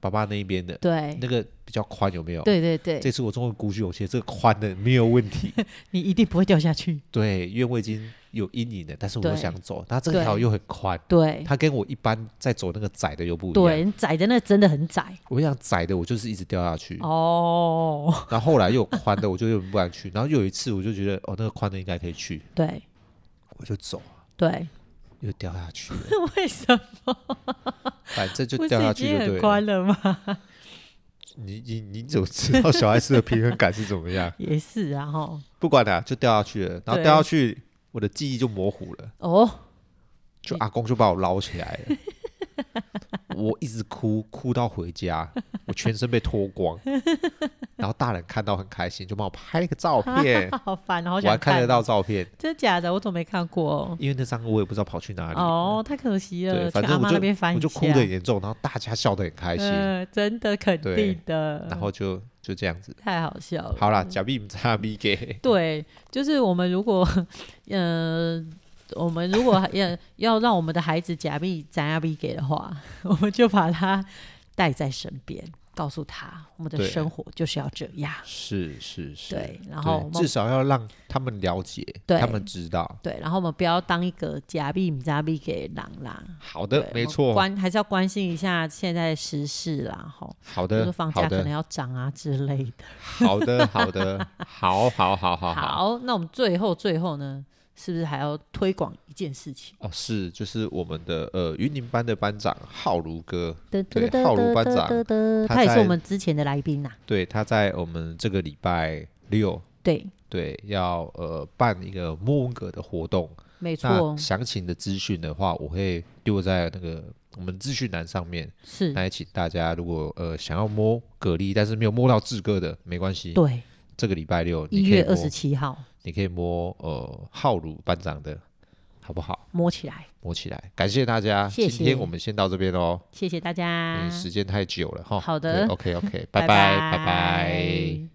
爸爸那一边的， 对， 那个比较宽，有没有？ 对对对， 这次我终于鼓起勇气，这个宽的没有问题， 你一定不会掉下去。 对，因为我已经有阴影了，但是我又想走，那这条又很宽， 对， 它跟我一般在走那个窄的又不一样。 对，窄的那真的很窄。 我想窄的，我就是一直掉下去。 哦， 然后后来又有宽的，我就有点不敢去。然后又有一次，我就觉得哦，那个宽的应该可以去， 对， 我就走， 对， 又掉下去了。 为什么？ 反正就掉下去就对了。不是已经很宽了吗？ 你你你怎么知道小孩子的平衡感是怎么样？ 也是啊，哈， 不管了，就掉下去了。然后掉下去，我的记忆就模糊了。哦，就阿公就把我捞起来了。我一直哭，哭到回家，我全身被脱光。然后大人看到很开心，就帮我拍了个照片。 好烦，好想看。 我还看得到照片， 真的假的？我怎么没看过？ 因为那张我也不知道跑去哪里。 哦，太可惜了。 对，反正我就我就哭得很严重，然后大家笑得很开心。 嗯，真的肯定的。 然后就就这样子， 太好笑了。 好啦，假币不差币给。 对，就是我们如果呃。我们如果要要让我们的孩子假币咱亚币给的话，我们就把他带在身边，告诉他我们的生活就是要这样。是是是，对，然后至少要让他们了解，他们知道。 对，然后我们不要当一个假币唔假币给狼啦。 好的，没错， 关还是要关心一下现在的时事啦，吼。 好的， 就是房价可能要涨啊之类的。 好的，好的，好好好好好。那我们最后最后呢？是不是还要推广一件事情？ 哦，是，就是我们的呃云林班的班长浩如哥，对，浩如班长， 他也是我们之前的来宾呐、啊。 对，他在我们这个礼拜六， 对对，要呃办一个摸文革的活动， 没错。 详情的资讯的话，我会丢在那个我们资讯栏上面， 是， 那也请大家如果呃想要摸蛤蜊，但是没有摸到志哥的，没关系， 对， 这个礼拜六一月二十七号。 你可以摸呃浩如班长的，好不好？ 摸起来， 摸起来！感谢大家， 谢谢今天我们先到这边喽。 谢谢大家， 时间太久了哈。 好的 ，OK OK， 拜拜拜拜。